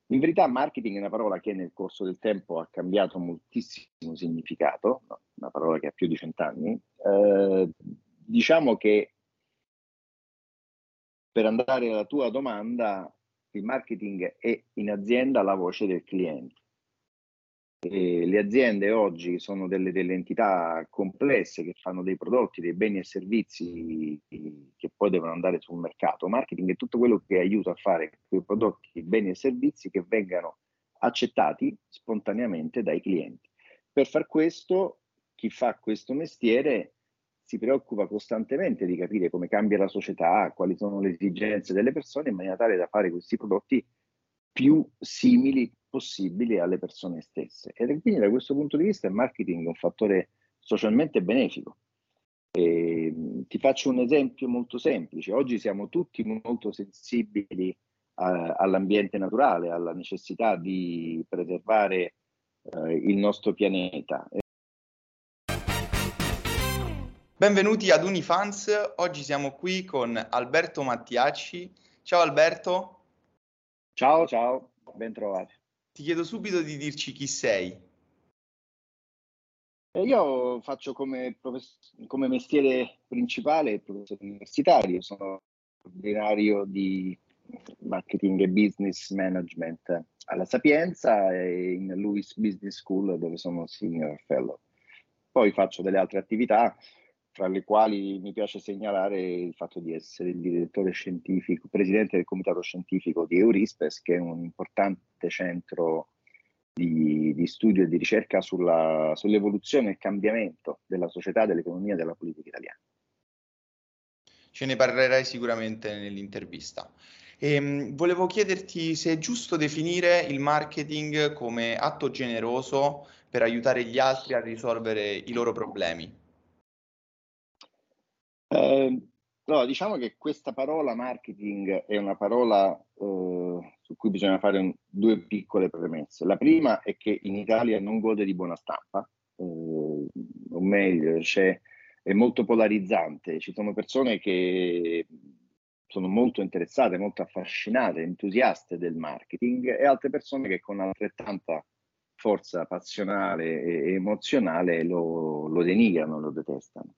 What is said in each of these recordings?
In verità marketing è una parola che nel corso del tempo ha cambiato moltissimo significato, no? Una parola che ha più di 100 anni. Diciamo che per andare alla tua domanda, il marketing è in azienda la voce del cliente. Le aziende oggi sono delle entità complesse che fanno dei prodotti, dei beni e servizi che poi devono andare sul mercato. Marketing è tutto quello che aiuta a fare quei prodotti, beni e servizi che vengano accettati spontaneamente dai clienti. Per far questo, chi fa questo mestiere si preoccupa costantemente di capire come cambia la società, quali sono le esigenze delle persone, in maniera tale da fare questi prodotti più simili possibili alle persone stesse. Ed è quindi da questo punto di vista il marketing è un fattore socialmente benefico. Ti faccio un esempio molto semplice. Oggi siamo tutti molto sensibili all'ambiente naturale, alla necessità di preservare il nostro pianeta. Benvenuti ad Unifans, oggi siamo qui con Alberto Mattiacci. Ciao Alberto. Ciao, ciao, ben trovati. Ti chiedo subito di dirci chi sei. Io faccio come mestiere principale il professore universitario, sono ordinario di marketing e business management alla Sapienza e in Lewis Business School dove sono senior fellow. Poi faccio delle altre attività, tra le quali mi piace segnalare il fatto di essere il direttore scientifico, presidente del comitato scientifico di Eurispes, che è un importante centro di studio e di ricerca sull'evoluzione e il cambiamento della società, dell'economia e della politica italiana. Ce ne parlerai sicuramente nell'intervista. Volevo chiederti se è giusto definire il marketing come atto generoso per aiutare gli altri a risolvere i loro problemi. Allora, diciamo che questa parola marketing è una parola su cui bisogna fare due piccole premesse. La prima è che in Italia non gode di buona stampa, o meglio, è molto polarizzante. Ci sono persone che sono molto interessate, molto affascinate, entusiaste del marketing e altre persone che con altrettanta forza passionale e emozionale lo denigrano, lo detestano.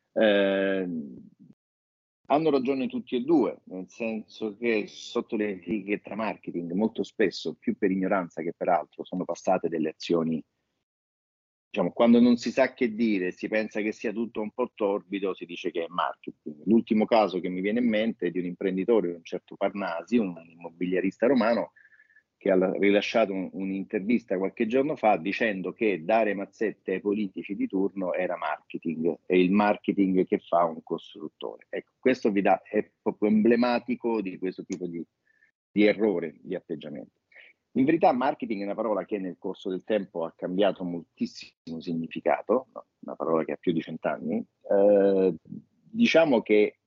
Hanno ragione tutti e due, nel senso che sotto l'etichetta marketing molto spesso, più per ignoranza che per altro, sono passate delle azioni, diciamo, quando non si sa che dire, si pensa che sia tutto un po' torbido, si dice che è marketing. L'ultimo caso che mi viene in mente è di un imprenditore, un certo Parnasi, un immobiliarista romano, che ha rilasciato un'intervista qualche giorno fa dicendo che dare mazzette ai politici di turno era marketing, è il marketing che fa un costruttore. Ecco, questo è proprio emblematico di questo tipo di errore di atteggiamento. In verità marketing è una parola che nel corso del tempo ha cambiato moltissimo significato, no? Una parola che ha più di 100 anni. Diciamo che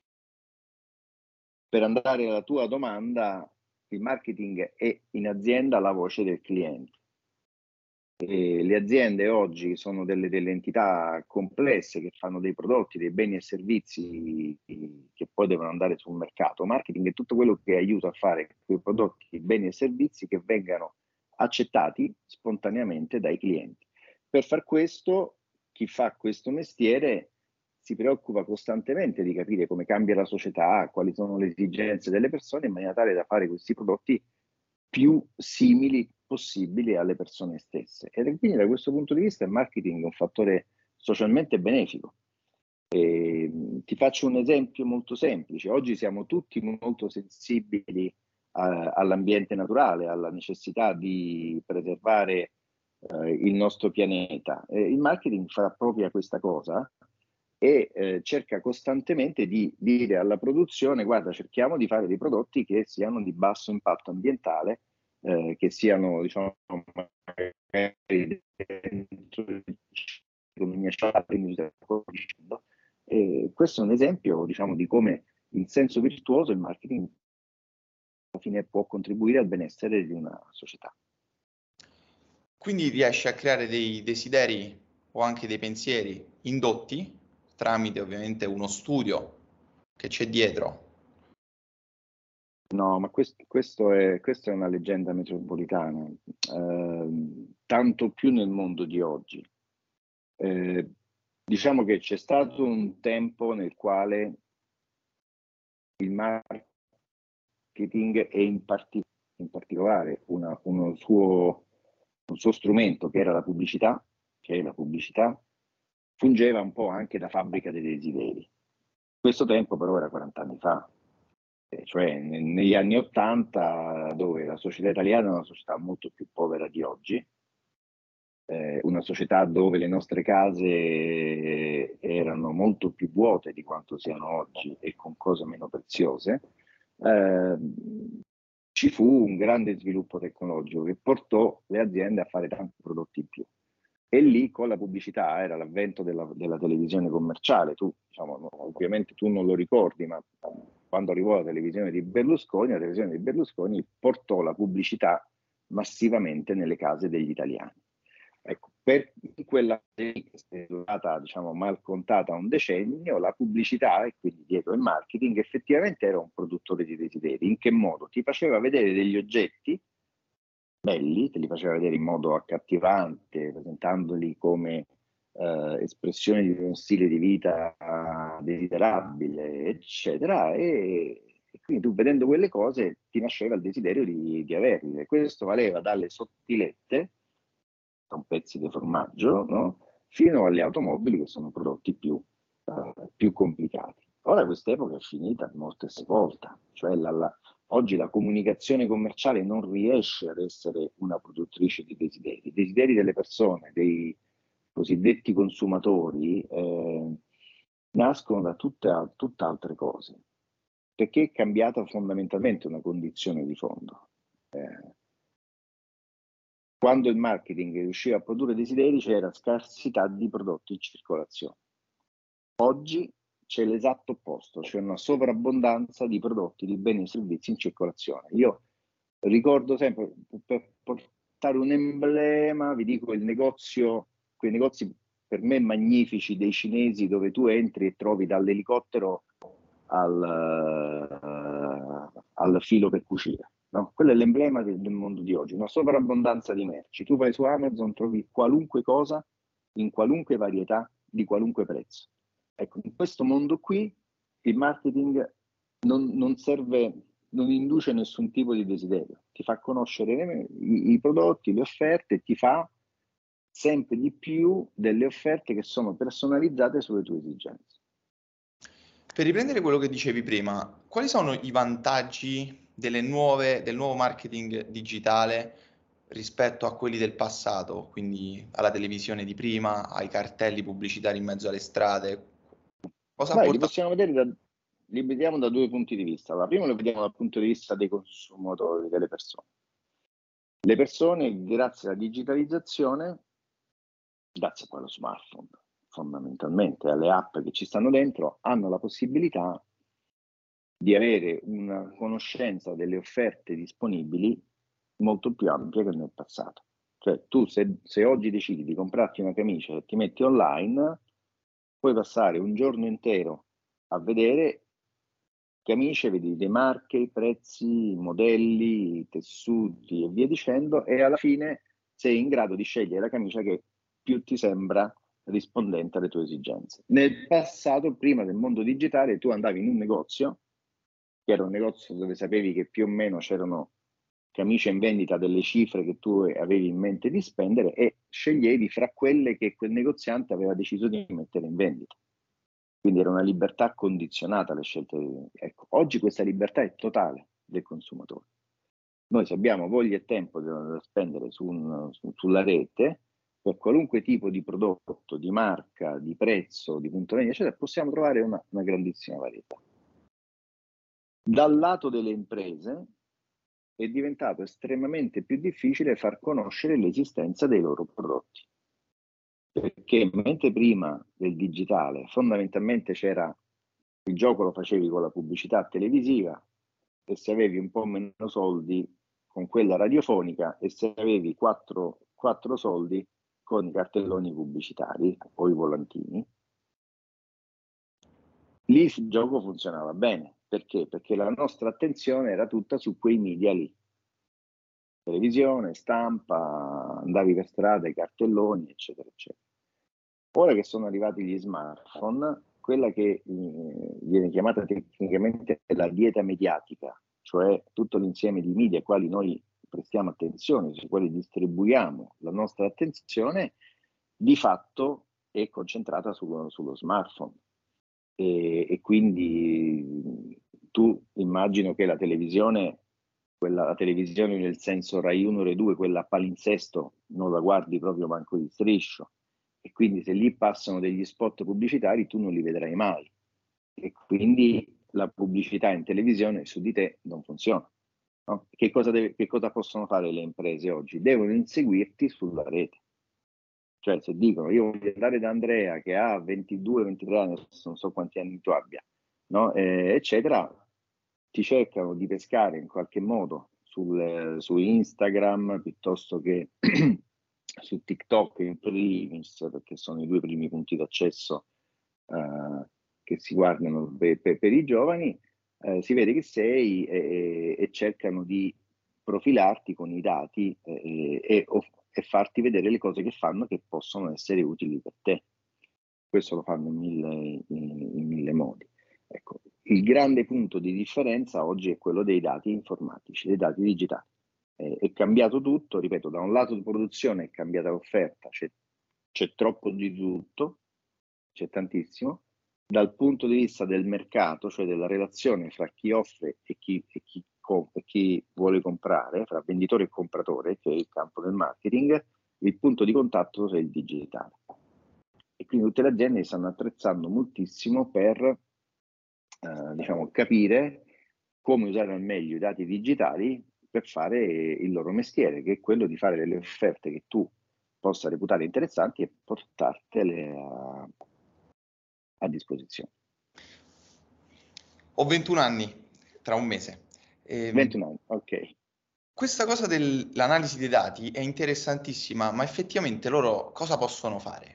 per andare alla tua domanda, il marketing è in azienda la voce del cliente. Le aziende oggi sono delle entità complesse che fanno dei prodotti, dei beni e servizi che poi devono andare sul mercato. Marketing è tutto quello che aiuta a fare quei prodotti, beni e servizi che vengano accettati spontaneamente dai clienti. Per far questo, chi fa questo mestiere si preoccupa costantemente di capire come cambia la società, quali sono le esigenze delle persone, in maniera tale da fare questi prodotti più simili possibili alle persone stesse. Ed quindi da questo punto di vista il marketing è un fattore socialmente benefico. Ti faccio un esempio molto semplice. Oggi siamo tutti molto sensibili all'ambiente naturale, alla necessità di preservare il nostro pianeta. Il marketing fa proprio questa cosa e cerca costantemente di dire alla produzione: guarda, cerchiamo di fare dei prodotti che siano di basso impatto ambientale, che siano, diciamo, magari dentro l'economia circolare. E questo è un esempio, diciamo, di come in senso virtuoso il marketing alla fine può contribuire al benessere di una società. Quindi riesci a creare dei desideri o anche dei pensieri indotti tramite ovviamente uno studio che c'è dietro. No, ma questa è una leggenda metropolitana, tanto più nel mondo di oggi. Diciamo che c'è stato un tempo nel quale il marketing e in particolare un suo strumento che era la pubblicità, fungeva un po' anche da fabbrica dei desideri. Questo tempo però era 40 anni fa, cioè negli anni 80, dove la società italiana è una società molto più povera di oggi, una società dove le nostre case erano molto più vuote di quanto siano oggi e con cose meno preziose, eh, ci fu un grande sviluppo tecnologico che portò le aziende a fare tanti prodotti in più. E lì con la pubblicità era l'avvento della televisione commerciale. Tu, diciamo, ovviamente tu non lo ricordi, ma quando arrivò la televisione di Berlusconi, la televisione di Berlusconi portò la pubblicità massivamente nelle case degli italiani. Ecco, per quella che è durata, diciamo, mal contata un decennio, la pubblicità e quindi dietro il marketing effettivamente era un produttore di desideri. In che modo? Ti faceva vedere degli oggetti belli, te li faceva vedere in modo accattivante, presentandoli come espressione di uno stile di vita desiderabile, eccetera, e quindi tu vedendo quelle cose ti nasceva il desiderio di averle. Questo valeva dalle sottilette, sono pezzi di formaggio, no? Fino alle automobili che sono prodotti più complicati. Ora quest'epoca è finita, morte e sepolta, cioè oggi la comunicazione commerciale non riesce ad essere una produttrice di desideri. I desideri delle persone, dei cosiddetti consumatori, nascono da tutt'altre cose, perché è cambiata fondamentalmente una condizione di fondo. Quando il marketing riusciva a produrre desideri c'era scarsità di prodotti in circolazione. Oggi c'è l'esatto opposto, c'è una sovrabbondanza di prodotti, di beni e servizi in circolazione. Io ricordo sempre, per portare un emblema, vi dico il negozio, quei negozi per me magnifici dei cinesi dove tu entri e trovi dall'elicottero al filo per cucire. No? Quello è l'emblema del mondo di oggi, una sovrabbondanza di merci. Tu vai su Amazon, trovi qualunque cosa, in qualunque varietà, di qualunque prezzo. Ecco, in questo mondo qui il marketing non serve, non induce nessun tipo di desiderio, ti fa conoscere i prodotti, le offerte, ti fa sempre di più delle offerte che sono personalizzate sulle tue esigenze. Per riprendere quello che dicevi prima, quali sono i vantaggi del nuovo marketing digitale rispetto a quelli del passato, quindi alla televisione di prima, ai cartelli pubblicitari in mezzo alle strade? Cosa ha Beh, portato? li vediamo da due punti di vista. La prima lo vediamo dal punto di vista dei consumatori, delle persone. Le persone, grazie alla digitalizzazione, grazie poi allo smartphone, fondamentalmente, alle app che ci stanno dentro, hanno la possibilità di avere una conoscenza delle offerte disponibili molto più ampia che nel passato. Cioè, tu se oggi decidi di comprarti una camicia e ti metti online, puoi passare un giorno intero a vedere camicie, vedi le marche, i prezzi, i modelli, i tessuti e via dicendo, e alla fine sei in grado di scegliere la camicia che più ti sembra rispondente alle tue esigenze. Nel passato, prima del mondo digitale, tu andavi in un negozio, che era un negozio dove sapevi che più o meno c'erano camicie in vendita delle cifre che tu avevi in mente di spendere e sceglievi fra quelle che quel negoziante aveva deciso di mettere in vendita. Quindi era una libertà condizionata alle scelte. Ecco, oggi questa libertà è totale del consumatore. Noi se abbiamo voglia e tempo da spendere sulla rete, per qualunque tipo di prodotto, di marca, di prezzo, di punto vendita, eccetera, possiamo trovare una grandissima varietà. Dal lato delle imprese è diventato estremamente più difficile far conoscere l'esistenza dei loro prodotti. Perché mentre prima del digitale fondamentalmente c'era il gioco, lo facevi con la pubblicità televisiva, e se avevi un po' meno soldi con quella radiofonica, e se avevi quattro soldi con i cartelloni pubblicitari o i volantini, lì il gioco funzionava bene, Perché? Perché la nostra attenzione era tutta su quei media lì. Televisione, stampa, andavi per strada, i cartelloni, eccetera, eccetera. Ora che sono arrivati gli smartphone, quella che viene chiamata tecnicamente la dieta mediatica, cioè tutto l'insieme di media ai quali noi prestiamo attenzione, sui quali distribuiamo la nostra attenzione, di fatto è concentrata sullo smartphone. E quindi tu immagino che la televisione nel senso Rai 1, Rai 2, quella a palinsesto, non la guardi proprio manco di striscio, e quindi se lì passano degli spot pubblicitari tu non li vedrai mai, e quindi la pubblicità in televisione su di te non funziona. No? Che cosa possono fare le imprese oggi? Devono inseguirti sulla rete. Cioè, se dicono io voglio andare da Andrea che ha 22-23 anni, non so quanti anni tu abbia, no? Eccetera, ti cercano di pescare in qualche modo su Instagram piuttosto che su TikTok in primis, perché sono i due primi punti d'accesso che si guardano per i giovani. Si vede che sei e cercano di profilarti con i dati e farti vedere le cose che fanno che possono essere utili per te. Questo lo fanno in mille modi. Ecco, il grande punto di differenza oggi è quello dei dati informatici, dei dati digitali. È cambiato tutto, ripeto, da un lato di produzione è cambiata l'offerta, c'è troppo di tutto, c'è tantissimo. Dal punto di vista del mercato, cioè della relazione fra chi offre e chi vuole comprare, fra venditore e compratore, che è il campo del marketing, il punto di contatto è il digitale. E quindi tutte le aziende stanno attrezzando moltissimo per capire come usare al meglio i dati digitali per fare il loro mestiere, che è quello di fare delle offerte che tu possa reputare interessanti e portartele a disposizione. Ho 21 anni, tra un mese. 21 anni, ok. Questa cosa dell'analisi dei dati è interessantissima, ma effettivamente loro cosa possono fare?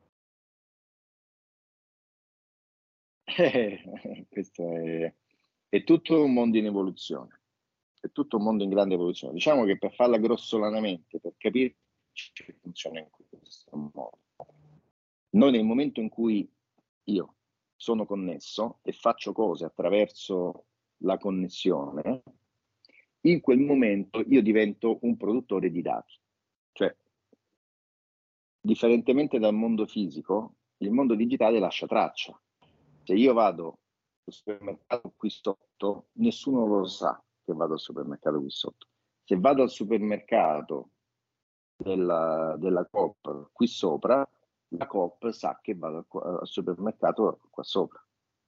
Questo è tutto un mondo in evoluzione, è tutto un mondo in grande evoluzione. Diciamo che per farla grossolanamente, per capirci, funziona in questo modo. Noi nel momento in cui io sono connesso e faccio cose attraverso la connessione, in quel momento io divento un produttore di dati. Cioè, differentemente dal mondo fisico, il mondo digitale lascia traccia. Se io vado al supermercato qui sotto, nessuno lo sa che vado al supermercato qui sotto. Se vado al supermercato della Coop qui sopra, la Coop sa che vado al supermercato qua sopra.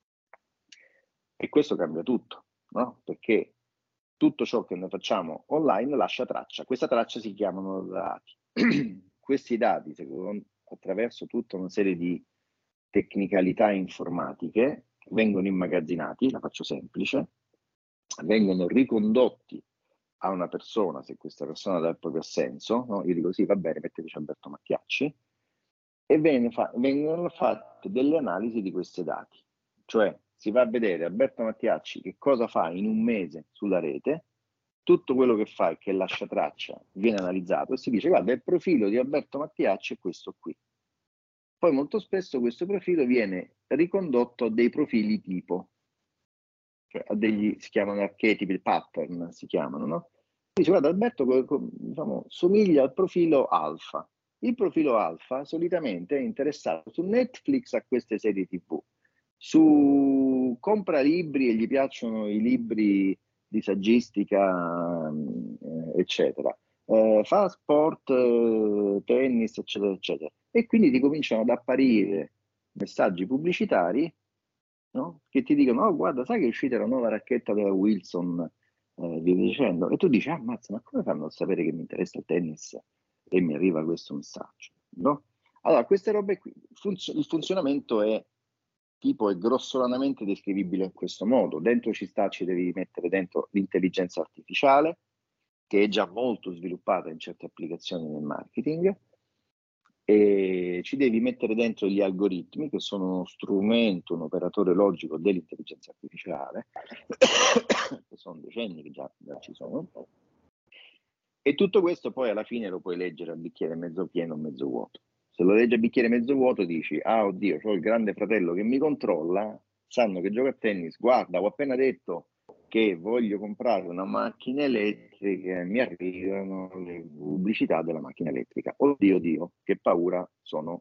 E questo cambia tutto, no? Perché tutto ciò che noi facciamo online lascia traccia. Questa traccia si chiamano dati. Questi dati, attraverso tutta una serie di tecnicalità informatiche, vengono immagazzinati, la faccio semplice, vengono ricondotti a una persona, se questa persona dà il proprio assenso, no? Io dico sì, va bene, metteteci Alberto Mattiacci, e vengono fatte delle analisi di questi dati. Cioè si va a vedere Alberto Mattiacci che cosa fa in un mese sulla rete, tutto quello che fa e che lascia traccia viene analizzato e si dice guarda il profilo di Alberto Mattiacci è questo qui. Poi molto spesso questo profilo viene ricondotto a dei profili tipo, cioè a si chiamano archetipi, pattern si chiamano, no? Dice guarda Alberto somiglia al profilo alfa. Il profilo alfa solitamente è interessato su Netflix a queste serie TV, su compra libri e gli piacciono i libri di saggistica, eccetera. Fa sport, tennis, eccetera, eccetera. E quindi ti cominciano ad apparire messaggi pubblicitari, no? Che ti dicono, oh guarda, sai che è uscita la nuova racchetta della Wilson, via dicendo, e tu dici, ah, mazza, ma come fanno a sapere che mi interessa il tennis e mi arriva questo messaggio, no? Allora, queste robe qui, il funzionamento è grossolanamente descrivibile in questo modo. Dentro ci devi mettere dentro l'intelligenza artificiale, che è già molto sviluppata in certe applicazioni nel marketing, e ci devi mettere dentro gli algoritmi, che sono uno strumento, un operatore logico dell'intelligenza artificiale, che sono decenni che già ci sono, e tutto questo poi alla fine lo puoi leggere a bicchiere mezzo pieno o mezzo vuoto. Se lo leggi a bicchiere mezzo vuoto dici, ah oddio, c'ho il grande fratello che mi controlla, sanno che gioca a tennis, guarda, ho appena detto che voglio comprare una macchina elettrica e mi arrivano le pubblicità della macchina elettrica. Oddio, Dio, che paura, sono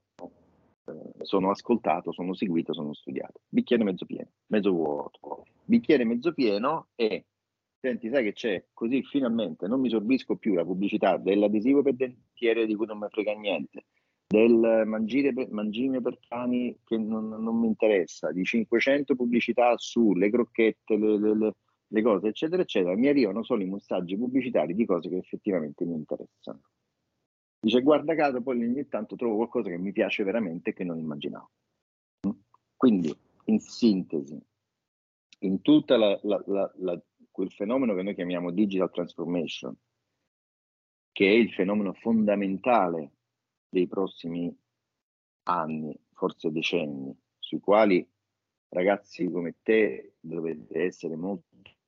ascoltato, sono seguito, sono studiato. Bicchiere mezzo pieno, mezzo vuoto. Bicchiere mezzo pieno e, senti, sai che c'è? Così finalmente non mi sorbisco più la pubblicità dell'adesivo per dentiere di cui non mi frega niente, del mangime per cani che non mi interessa, di 500 pubblicità sulle crocchette, le cose, eccetera, eccetera. Mi arrivano solo i messaggi pubblicitari di cose che effettivamente mi interessano. Dice, guarda caso, poi ogni tanto trovo qualcosa che mi piace veramente e che non immaginavo. Quindi, in sintesi, in tutta quel fenomeno che noi chiamiamo digital transformation, che è il fenomeno fondamentale dei prossimi anni, forse decenni, sui quali ragazzi come te dovete essere molto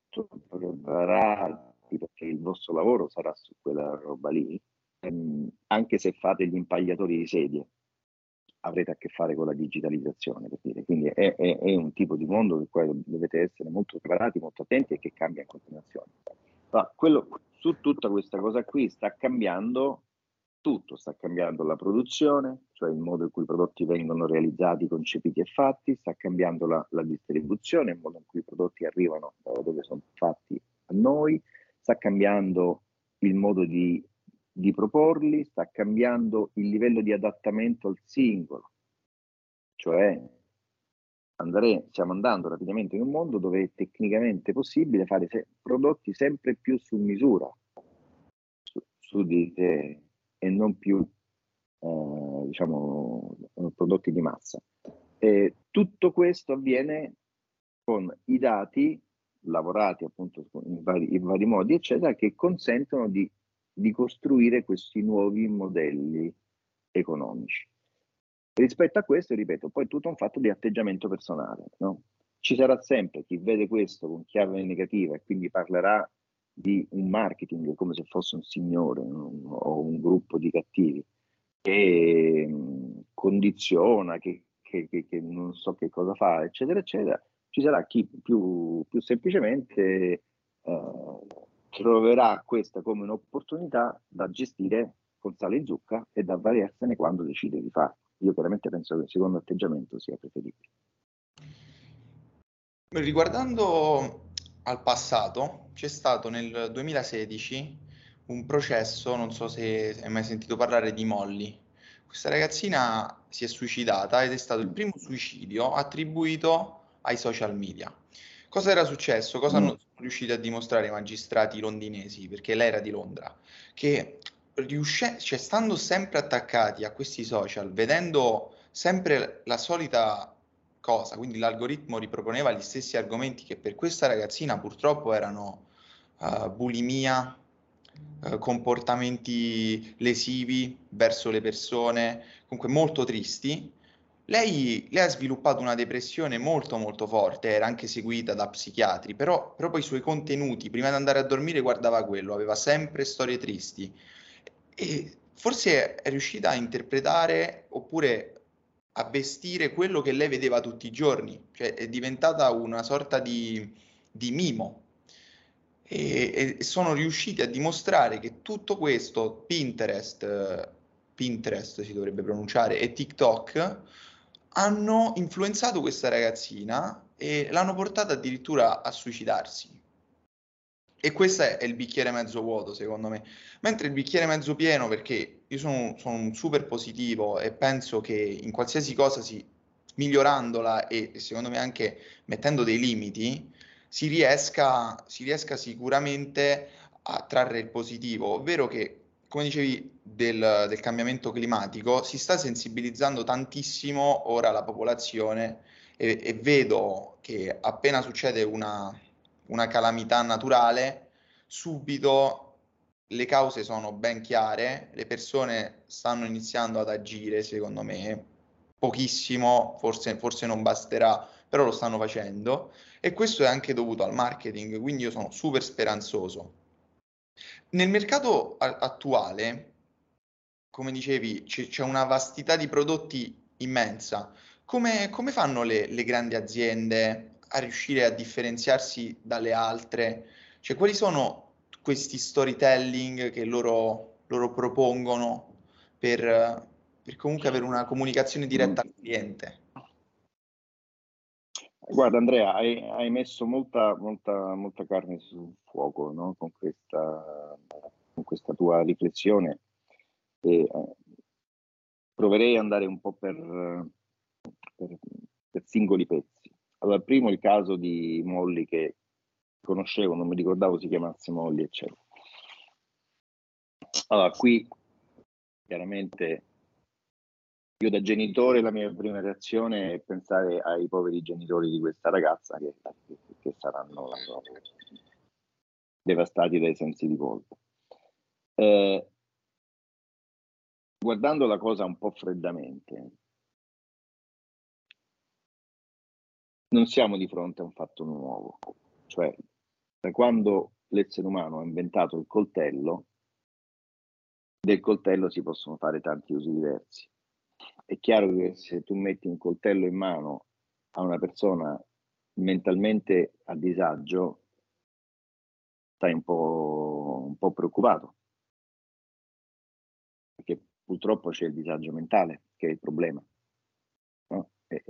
preparati, perché il vostro lavoro sarà su quella roba lì, anche se fate gli impagliatori di sedie, avrete a che fare con la digitalizzazione, per dire. Quindi è un tipo di mondo del quale dovete essere molto preparati, molto attenti e che cambia in continuazione. Ma su tutta questa cosa qui sta cambiando tutto, sta cambiando la produzione, cioè il modo in cui i prodotti vengono realizzati, concepiti e fatti, sta cambiando la distribuzione, il modo in cui i prodotti arrivano da dove sono fatti a noi, sta cambiando il modo di proporli, sta cambiando il livello di adattamento al singolo, cioè stiamo andando rapidamente in un mondo dove è tecnicamente possibile fare prodotti sempre più su misura su di te e non più diciamo prodotti di massa. Tutto questo avviene con i dati lavorati appunto in vari modi, eccetera, che consentono di costruire questi nuovi modelli economici. Rispetto a questo, ripeto, poi è tutto un fatto di atteggiamento personale, no? Ci sarà sempre chi vede questo con chiave negativa e quindi parlerà di un marketing come se fosse un signore, no? O un gruppo di cattivi che condiziona, che non so che cosa fa, eccetera, eccetera. Ci sarà chi più semplicemente troverà questa come un'opportunità da gestire con sale e zucca e da avvalersene quando decide di farlo. Io chiaramente penso che il secondo atteggiamento sia preferibile. Riguardando al passato, c'è stato nel 2016 un processo, non so se hai mai sentito parlare di Molly. Questa ragazzina si è suicidata ed è stato il primo suicidio attribuito ai social media. Cosa era successo? Cosa sono riusciti a dimostrare i magistrati londinesi? Perché lei era di Londra, che cioè, stando sempre attaccati a questi social, vedendo sempre la solita cosa, quindi l'algoritmo riproponeva gli stessi argomenti che per questa ragazzina purtroppo erano bulimia, comportamenti lesivi verso le persone, comunque molto tristi. Lei ha sviluppato una depressione molto molto forte, era anche seguita da psichiatri, però proprio i suoi contenuti, prima di andare a dormire guardava quello, aveva sempre storie tristi e forse è riuscita a interpretare oppure a vestire quello che lei vedeva tutti i giorni, cioè è diventata una sorta di mimo e sono riusciti a dimostrare che tutto questo, Pinterest si dovrebbe pronunciare, e TikTok hanno influenzato questa ragazzina e l'hanno portata addirittura a suicidarsi. E questo è il bicchiere mezzo vuoto, secondo me. Mentre il bicchiere mezzo pieno, perché io sono un super positivo e penso che in qualsiasi cosa migliorandola e secondo me anche mettendo dei limiti, si riesca sicuramente a trarre il positivo, ovvero che, come dicevi, del cambiamento climatico, si sta sensibilizzando tantissimo ora la popolazione e vedo che appena succede una calamità naturale, subito le cause sono ben chiare, le persone stanno iniziando ad agire, secondo me, pochissimo, forse non basterà, però lo stanno facendo e questo è anche dovuto al marketing, quindi io sono super speranzoso. Nel mercato attuale, come dicevi, c'è una vastità di prodotti immensa. Come fanno le grandi aziende a riuscire a differenziarsi dalle altre? Cioè, quali sono questi storytelling che loro propongono per comunque avere una comunicazione diretta al cliente? Guarda Andrea, hai messo molta carne sul fuoco, no? Con questa tua riflessione e proverei ad andare un po' per singoli pezzi. Allora, primo il caso di Molly che conoscevo, non mi ricordavo si chiamasse Molly, eccetera. Allora, qui chiaramente io da genitore la mia prima reazione è pensare ai poveri genitori di questa ragazza che saranno devastati dai sensi di colpa. Guardando la cosa un po' freddamente, non siamo di fronte a un fatto nuovo, cioè da quando l'essere umano ha inventato il coltello, del coltello si possono fare tanti usi diversi. È chiaro che se tu metti un coltello in mano a una persona mentalmente a disagio, stai un po' preoccupato, perché purtroppo c'è il disagio mentale, che è il problema. No?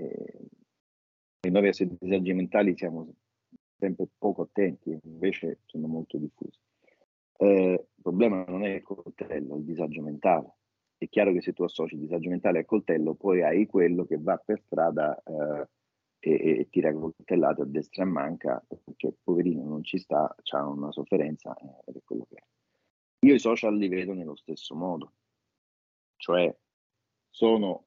E noi verso i disagi mentali siamo sempre poco attenti, invece sono molto diffusi. Il problema non è il coltello, è il disagio mentale. È chiaro che se tu associ il disagio mentale al coltello, poi hai quello che va per strada e tira coltellate a destra e a manca, perché poverino non ci sta, ha una sofferenza ed è quello che è. Io i social li vedo nello stesso modo, cioè sono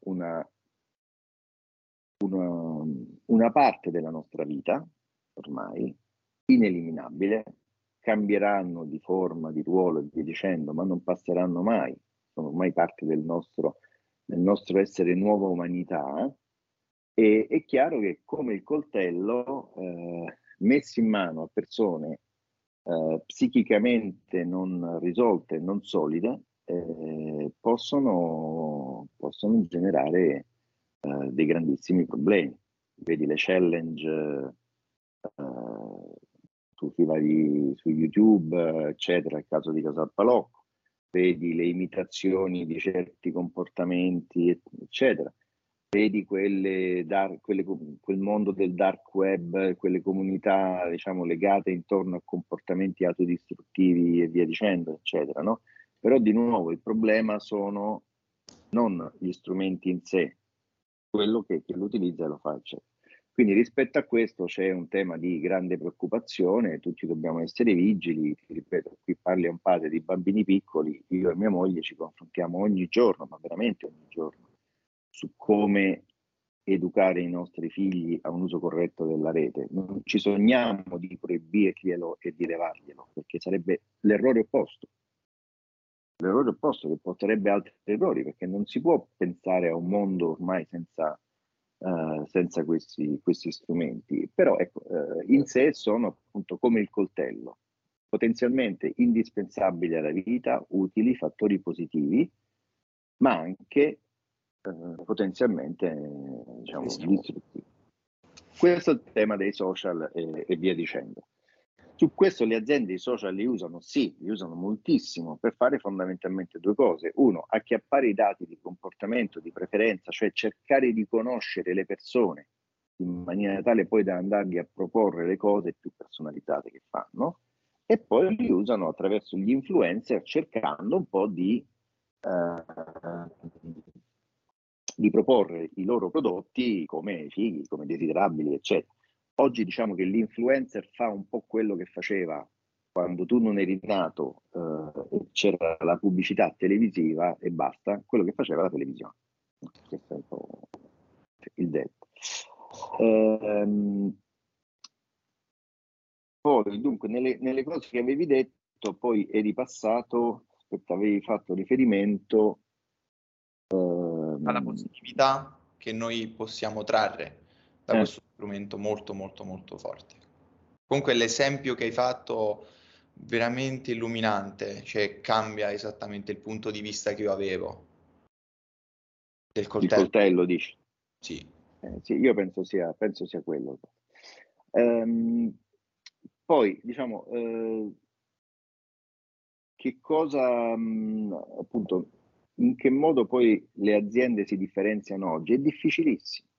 una parte della nostra vita, ormai, ineliminabile, cambieranno di forma, di ruolo e via dicendo, ma non passeranno mai, sono ormai parte del nostro essere nuova umanità. E è chiaro che come il coltello, messo in mano a persone psichicamente non risolte, non solide, possono generare dei grandissimi problemi. Vedi le challenge su YouTube, eccetera, il caso di Casal Palocco, vedi le imitazioni di certi comportamenti, eccetera. Vedi quel mondo del dark web, quelle comunità, diciamo, legate intorno a comportamenti autodistruttivi e via dicendo, eccetera, no? Però di nuovo il problema sono non gli strumenti in sé, quello che l'utilizza e lo fa, eccetera. Quindi rispetto a questo c'è un tema di grande preoccupazione, tutti dobbiamo essere vigili, ti ripeto, qui parli a un padre di bambini piccoli, io e mia moglie ci confrontiamo ogni giorno, ma veramente ogni giorno, su come educare i nostri figli a un uso corretto della rete. Non ci sogniamo di proibirglielo e di levarglielo, perché sarebbe l'errore opposto che porterebbe altri errori, perché non si può pensare a un mondo ormai senza questi strumenti. Però ecco, in sé sono appunto come il coltello, potenzialmente indispensabili alla vita, utili, fattori positivi, ma anche potenzialmente diciamo, distruttivi. Questo è il tema dei social e via dicendo. Su questo le aziende i social li usano, sì, li usano moltissimo per fare fondamentalmente due cose. Uno, acchiappare i dati di comportamento, di preferenza, cioè cercare di conoscere le persone in maniera tale poi da andargli a proporre le cose più personalizzate che fanno, e poi li usano attraverso gli influencer cercando un po' di proporre i loro prodotti come fighi, come desiderabili, eccetera. Oggi diciamo che l'influencer fa un po' quello che faceva quando tu non eri nato e c'era la pubblicità televisiva e basta, quello che faceva la televisione. Questo è un po' il detto. Poi, dunque, nelle cose che avevi detto, poi è ripassato, aspetta, avevi fatto riferimento alla positività che noi possiamo trarre da questo strumento molto molto molto forte. Comunque l'esempio che hai fatto veramente illuminante, cioè cambia esattamente il punto di vista che io avevo del il coltello. coltello, dici? Sì. Sì, io penso sia quello. Poi, diciamo, che cosa, appunto, in che modo poi le aziende si differenziano oggi? È difficilissimo.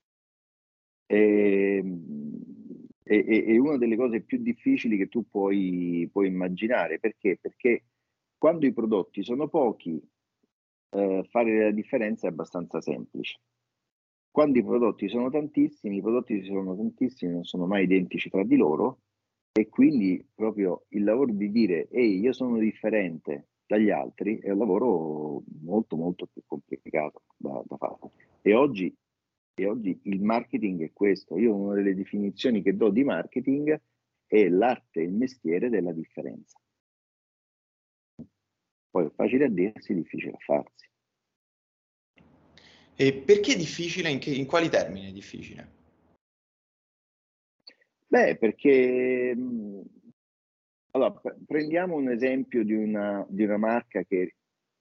È una delle cose più difficili che tu puoi immaginare. Perché? Perché quando i prodotti sono pochi, fare la differenza è abbastanza semplice. Quando i prodotti sono tantissimi, non sono mai identici tra di loro, e quindi proprio il lavoro di dire ehi, io sono differente dagli altri è un lavoro molto molto più complicato da fare. E oggi il marketing è questo. Io una delle definizioni che do di marketing è l'arte e il mestiere della differenza. Poi è facile a dirsi, difficile a farsi. E perché è difficile? In quali termini è difficile? Beh, perché allora, prendiamo un esempio di una marca che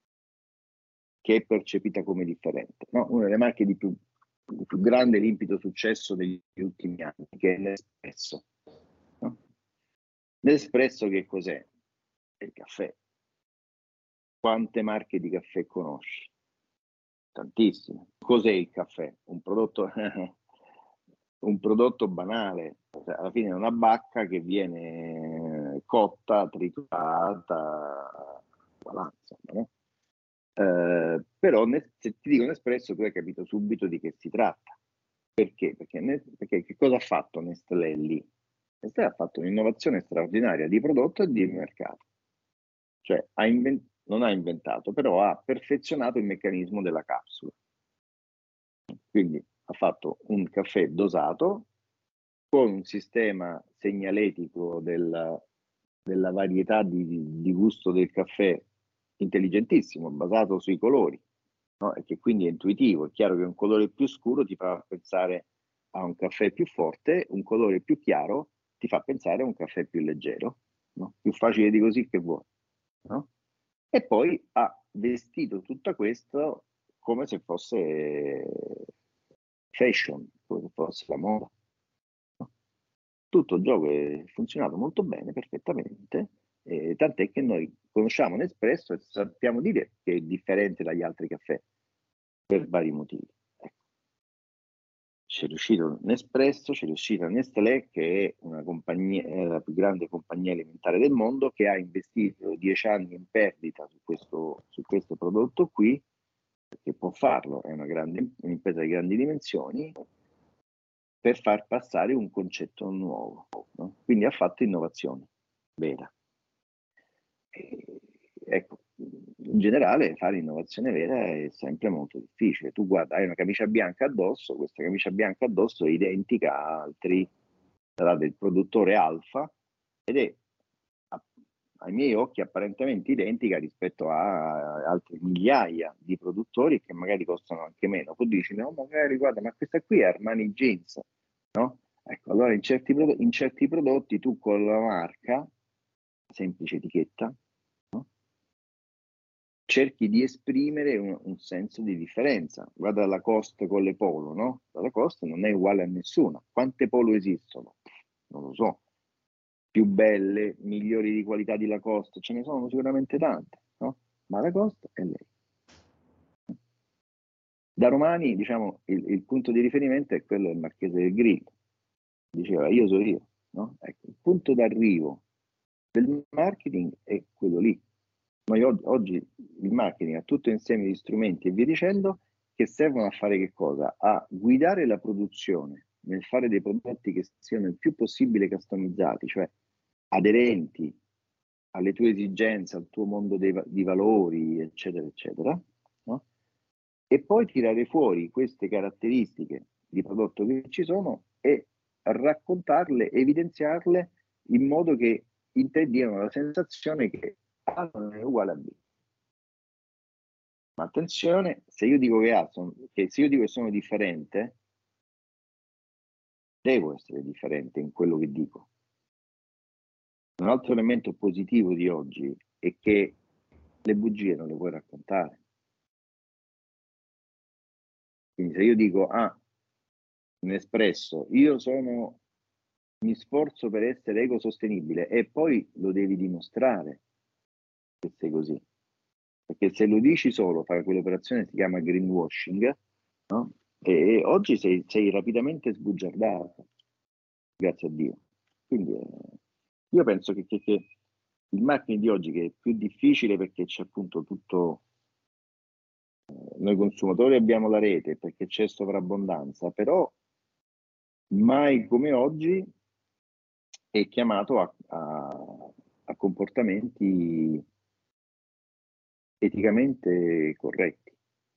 è percepita come differente, no? Una delle marche di più grande limpido successo degli ultimi anni, che è Nespresso. No? Nespresso che cos'è? È il caffè. Quante marche di caffè conosci? Tantissime. Cos'è il caffè? Un prodotto banale, cioè, alla fine è una bacca che viene cotta, triturata, insomma, no? Però se ti dico Nespresso tu hai capito subito di che si tratta. Perché? Perché che cosa ha fatto Nestlé lì? Nestlé ha fatto un'innovazione straordinaria di prodotto e di mercato. Cioè non ha inventato, però ha perfezionato il meccanismo della capsula. Quindi ha fatto un caffè dosato con un sistema segnaletico della varietà di gusto del caffè intelligentissimo, basato sui colori, no? E che quindi è intuitivo. È chiaro che un colore più scuro ti fa pensare a un caffè più forte, un colore più chiaro ti fa pensare a un caffè più leggero, no? Più facile di così che vuoi, no? E poi ha vestito tutto questo come se fosse fashion, come se fosse la moda. Tutto il gioco è funzionato molto bene, perfettamente, tant'è che noi conosciamo Nespresso e sappiamo dire che è differente dagli altri caffè per vari motivi. Ecco. C'è riuscito Nespresso, c'è riuscita Nestlé, che è una compagnia, è la più grande compagnia alimentare del mondo, che ha investito 10 anni in perdita su questo prodotto qui, perché può farlo, è un'impresa di grandi dimensioni, per far passare un concetto nuovo, no? Quindi ha fatto innovazione vera. Ecco, in generale fare innovazione vera è sempre molto difficile. Tu guarda, hai una camicia bianca addosso, questa camicia bianca addosso è identica a altri, sarà del produttore Alfa, ed è ai miei occhi apparentemente identica rispetto a altre migliaia di produttori che magari costano anche meno. Poi dici, no, magari guarda, ma questa qui è Armani Jeans, no? Ecco, allora in certi prodotti tu con la marca, semplice etichetta, no? Cerchi di esprimere un senso di differenza. Guarda la Lacoste con le polo, no? La Lacoste non è uguale a nessuna. Quante polo esistono? Non lo so. Più belle, migliori di qualità di Lacoste, ce ne sono sicuramente tante, no? Ma Lacoste è lei. Da romani, diciamo, il punto di riferimento è quello del Marchese del Grillo. Diceva, io so io, no? Ecco, il punto d'arrivo del marketing è quello lì. Noi oggi il marketing ha tutto insieme di strumenti e via dicendo che servono a fare che cosa? A guidare la produzione nel fare dei prodotti che siano il più possibile customizzati, cioè aderenti alle tue esigenze, al tuo mondo di valori, eccetera, eccetera, no? E poi tirare fuori queste caratteristiche di prodotto che ci sono e raccontarle, evidenziarle in modo che in te diano la sensazione che A non è uguale a B. Ma attenzione, se io dico che se io dico che sono differente, devo essere differente in quello che dico. Un altro elemento positivo di oggi è che le bugie non le puoi raccontare. Quindi se io dico, Nespresso, mi sforzo per essere ecosostenibile, e poi lo devi dimostrare che sei così. Perché se lo dici solo, fare quell'operazione si chiama greenwashing, no? E oggi sei rapidamente sbugiardato, grazie a Dio. Quindi io penso che il marketing di oggi, che è più difficile perché c'è appunto tutto, noi consumatori abbiamo la rete, perché c'è sovrabbondanza, però mai come oggi è chiamato a comportamenti eticamente corretti.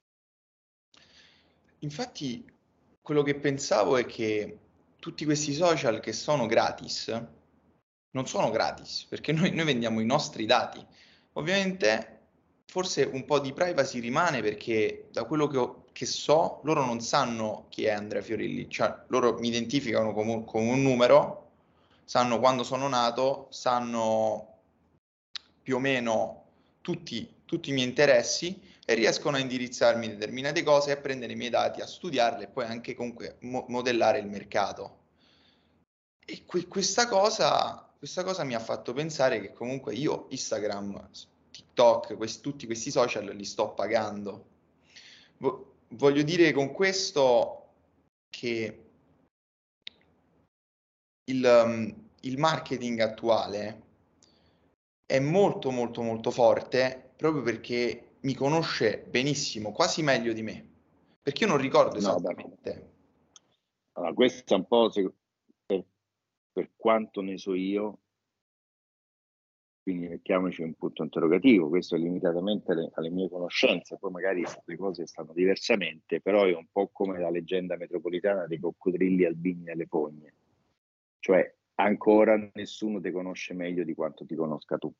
Infatti, quello che pensavo è che tutti questi social che sono gratis, non sono gratis, perché noi vendiamo i nostri dati. Ovviamente, forse un po' di privacy rimane perché da quello che so, loro non sanno chi è Andrea Fiorilli, cioè loro mi identificano come un numero, sanno quando sono nato, sanno più o meno tutti i miei interessi e riescono a indirizzarmi in determinate cose, a prendere i miei dati, a studiarli e poi anche comunque modellare il mercato. E questa cosa mi ha fatto pensare che comunque io Instagram, TikTok, tutti questi social li sto pagando. Voglio dire con questo che il marketing attuale è molto molto molto forte proprio perché mi conosce benissimo, quasi meglio di me, perché io non ricordo No, beh, esattamente. allora, questo è un po' per quanto ne so io, quindi mettiamoci un punto interrogativo, questo è limitatamente alle mie conoscenze, poi magari le cose stanno diversamente, però è un po' come la leggenda metropolitana dei coccodrilli albini nelle fogne, cioè ancora nessuno ti conosce meglio di quanto ti conosca tu.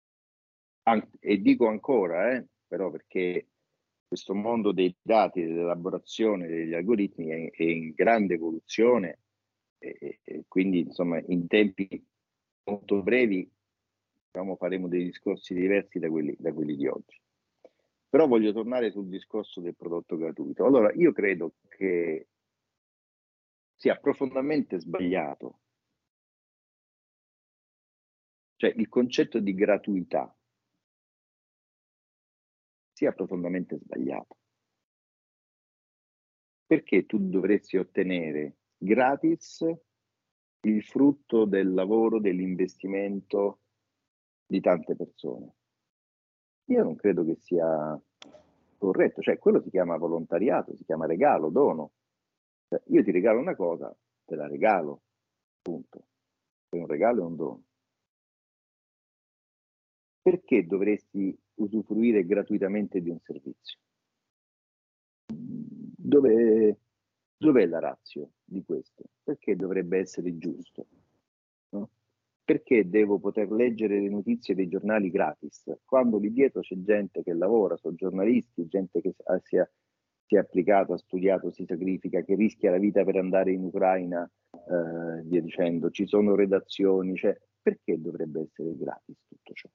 E dico ancora, però, perché questo mondo dei dati, dell'elaborazione degli algoritmi è in grande evoluzione, e quindi insomma in tempi molto brevi, diciamo, faremo dei discorsi diversi da quelli di oggi. Però voglio tornare sul discorso del prodotto gratuito. Allora, io credo che sia profondamente sbagliato, cioè il concetto di gratuità sia profondamente sbagliato. Perché tu dovresti ottenere gratis il frutto del lavoro, dell'investimento di tante persone? Io non credo che sia corretto, cioè quello si chiama volontariato, si chiama regalo, dono. Cioè, io ti regalo una cosa, te la regalo, punto. È un regalo e un dono. Perché dovresti usufruire gratuitamente di un servizio? Dov'è la ratio di questo? Perché dovrebbe essere giusto? No? Perché devo poter leggere le notizie dei giornali gratis, quando lì dietro c'è gente che lavora, sono giornalisti, gente che si è applicato, ha studiato, si sacrifica, che rischia la vita per andare in Ucraina, via dicendo, ci sono redazioni, cioè, perché dovrebbe essere gratis tutto ciò?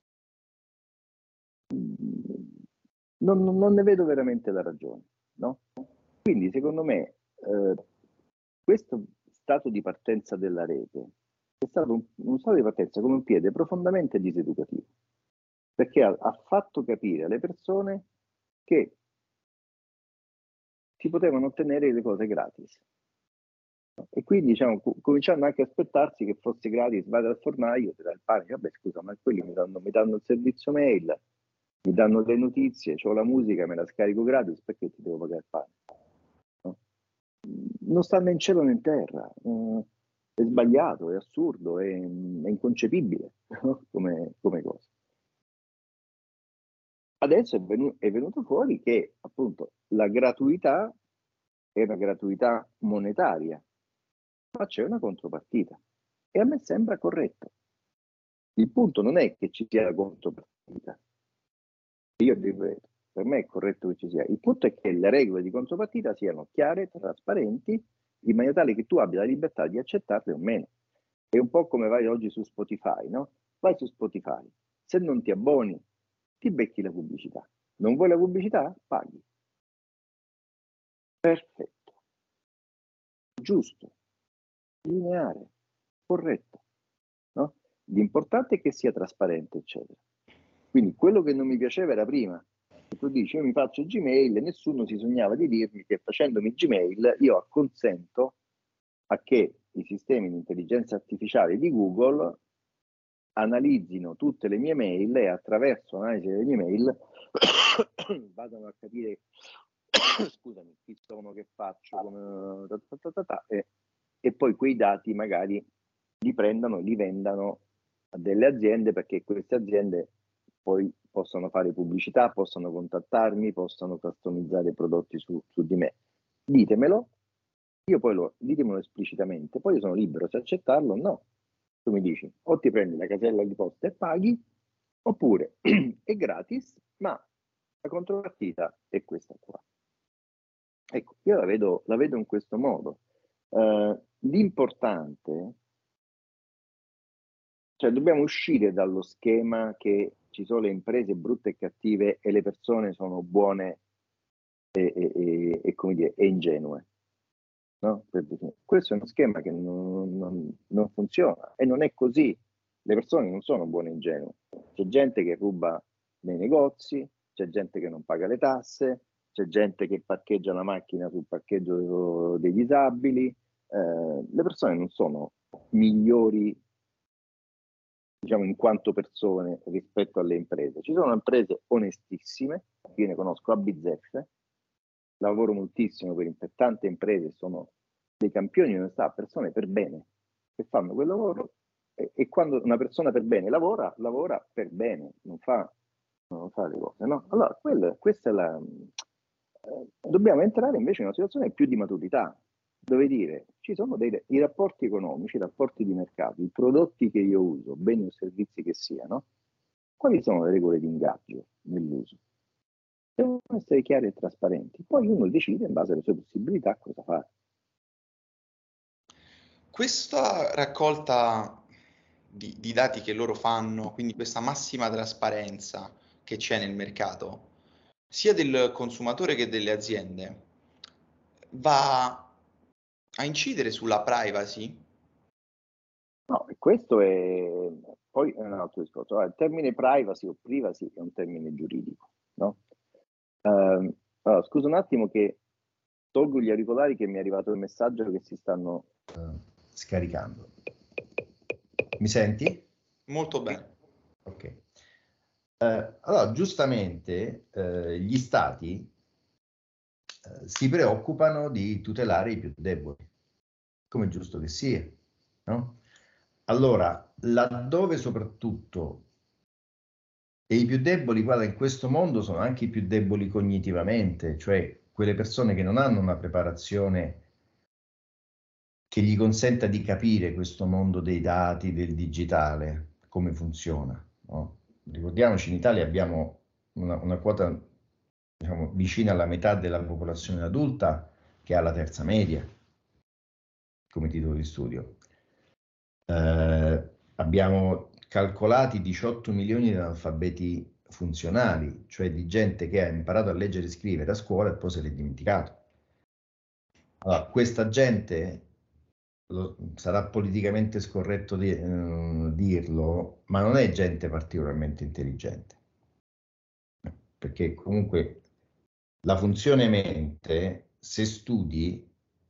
Non ne vedo veramente la ragione, no? Quindi secondo me questo stato di partenza della rete è stato un stato di partenza come un piede profondamente diseducativo, perché ha fatto capire alle persone che si potevano ottenere le cose gratis. E quindi diciamo, cominciando anche a aspettarsi che fosse gratis, vai dal fornaio, ti dà il pane, vabbè scusa, ma quelli mi danno il servizio mail, mi danno le notizie, ho la musica, me la scarico gratis, perché ti devo pagare il pane? No? Non sta né in cielo né in terra, è sbagliato, è assurdo, è inconcepibile, no? come cosa. Adesso è venuto fuori che appunto la gratuità è una gratuità monetaria, ma c'è una contropartita e a me sembra corretto. Il punto non è che ci sia la contropartita. Io ripeto, per me è corretto che ci sia. Il punto è che le regole di contropartita siano chiare, trasparenti, in maniera tale che tu abbia la libertà di accettarle o meno. È un po' come vai oggi su Spotify, no? Vai su Spotify, se non ti abboni, ti becchi la pubblicità. Non vuoi la pubblicità? Paghi. Perfetto. Giusto. Lineare. Corretto. No? L'importante è che sia trasparente, eccetera. Quindi quello che non mi piaceva era prima. Tu dici, io mi faccio Gmail e nessuno si sognava di dirmi che facendomi Gmail io acconsento a che i sistemi di intelligenza artificiale di Google analizzino tutte le mie mail e attraverso l'analisi delle mie mail vadano a capire scusami, chi sono, che faccio, come, e poi quei dati magari li prendano e li vendano a delle aziende, perché queste aziende poi possono fare pubblicità, possono contattarmi, possono customizzare prodotti su di me. Ditemelo, io poi ditemelo esplicitamente, poi io sono libero se accettarlo o no. Tu mi dici, o ti prendi la casella di posta e paghi, oppure è gratis, ma la contropartita è questa qua. Ecco, io la vedo in questo modo. L'importante, cioè dobbiamo uscire dallo schema che ci sono le imprese brutte e cattive e le persone sono buone e come dire, e ingenue. No? Questo è uno schema che non funziona e non è così. Le persone non sono buone e ingenue. C'è gente che ruba nei negozi, c'è gente che non paga le tasse, c'è gente che parcheggia la macchina sul parcheggio dei disabili. Le persone non sono migliori, diciamo, in quanto persone rispetto alle imprese. Ci sono imprese onestissime, io ne conosco a bizzeffe, lavoro moltissimo per tante imprese, sono dei campioni di onestà, persone per bene, che fanno quel lavoro e quando una persona per bene lavora per bene, non fa le cose, no? Allora, questa è la... dobbiamo entrare invece in una situazione più di maturità, dove dire, ci sono i rapporti economici, i rapporti di mercato, i prodotti che io uso, beni o servizi che siano, quali sono le regole di ingaggio nell'uso? Devono essere chiari e trasparenti. Poi uno decide in base alle sue possibilità cosa fare. Questa raccolta di dati che loro fanno, quindi questa massima trasparenza che c'è nel mercato, sia del consumatore che delle aziende, va a incidere sulla privacy? No, e questo è poi un altro discorso. Allora, il termine privacy o privacy è un termine giuridico, no? Allora, scusa un attimo che tolgo gli auricolari, che mi è arrivato il messaggio che si stanno scaricando. Mi senti? Molto bene. Ok. Allora, giustamente gli stati si preoccupano di tutelare i più deboli, come è giusto che sia, no? Allora, laddove soprattutto, e i più deboli, guarda, in questo mondo sono anche i più deboli cognitivamente, cioè quelle persone che non hanno una preparazione che gli consenta di capire questo mondo dei dati, del digitale, come funziona, no? Ricordiamoci, in Italia abbiamo una quota, diciamo, vicina alla metà della popolazione adulta che ha la terza media come titolo di studio. Abbiamo calcolati 18 milioni di analfabeti funzionali, cioè di gente che ha imparato a leggere e scrivere a scuola e poi se l'è dimenticato. Allora, questa gente, sarà politicamente scorretto dirlo, ma non è gente particolarmente intelligente, perché comunque la funzione mente, se studi,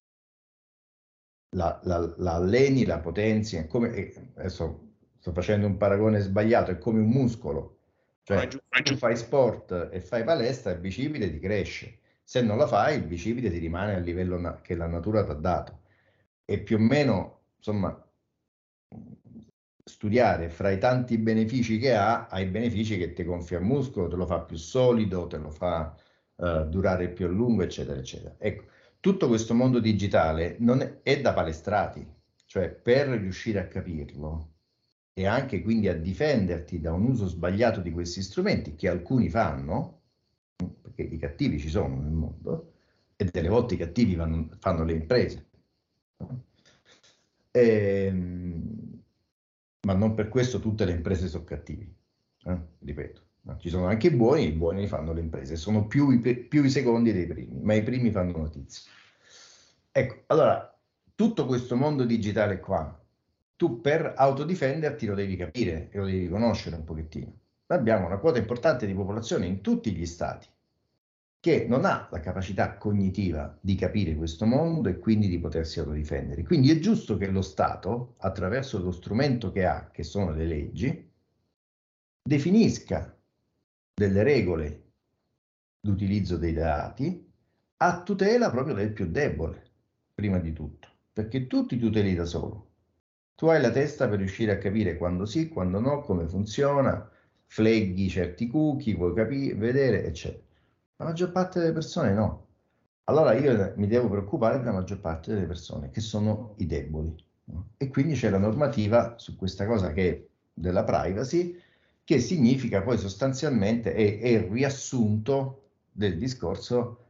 la alleni, la potenzi, è come, adesso sto facendo un paragone sbagliato, è come un muscolo, cioè tu fai sport e fai palestra, il bicipite ti cresce, se non la fai il bicipite ti rimane al livello che la natura ti ha dato, e più o meno, insomma, studiare fra i tanti benefici che ha i benefici che ti gonfia il muscolo, te lo fa più solido, te lo fa durare più a lungo, eccetera, eccetera. Ecco, tutto questo mondo digitale non è da palestrati, cioè per riuscire a capirlo e anche quindi a difenderti da un uso sbagliato di questi strumenti che alcuni fanno, perché i cattivi ci sono nel mondo e delle volte i cattivi fanno le imprese. Ma non per questo tutte le imprese sono cattive, ripeto. No, ci sono anche i buoni fanno le imprese, sono più i secondi dei primi, ma i primi fanno notizia. Ecco, allora, tutto questo mondo digitale qua, tu per autodifenderti lo devi capire e lo devi conoscere un pochettino. Abbiamo una quota importante di popolazione in tutti gli stati che non ha la capacità cognitiva di capire questo mondo e quindi di potersi autodifendere. Quindi è giusto che lo Stato, attraverso lo strumento che ha, che sono le leggi, definisca delle regole d'utilizzo dei dati a tutela proprio del più debole, prima di tutto, perché tu ti tuteli da solo. Tu hai la testa per riuscire a capire quando sì, quando no, come funziona, fleghi certi cookie, vuoi capire, vedere, eccetera. La maggior parte delle persone no. Allora io mi devo preoccupare della maggior parte delle persone, che sono i deboli. No? E quindi c'è la normativa su questa cosa che è della privacy, che significa poi sostanzialmente è il riassunto del discorso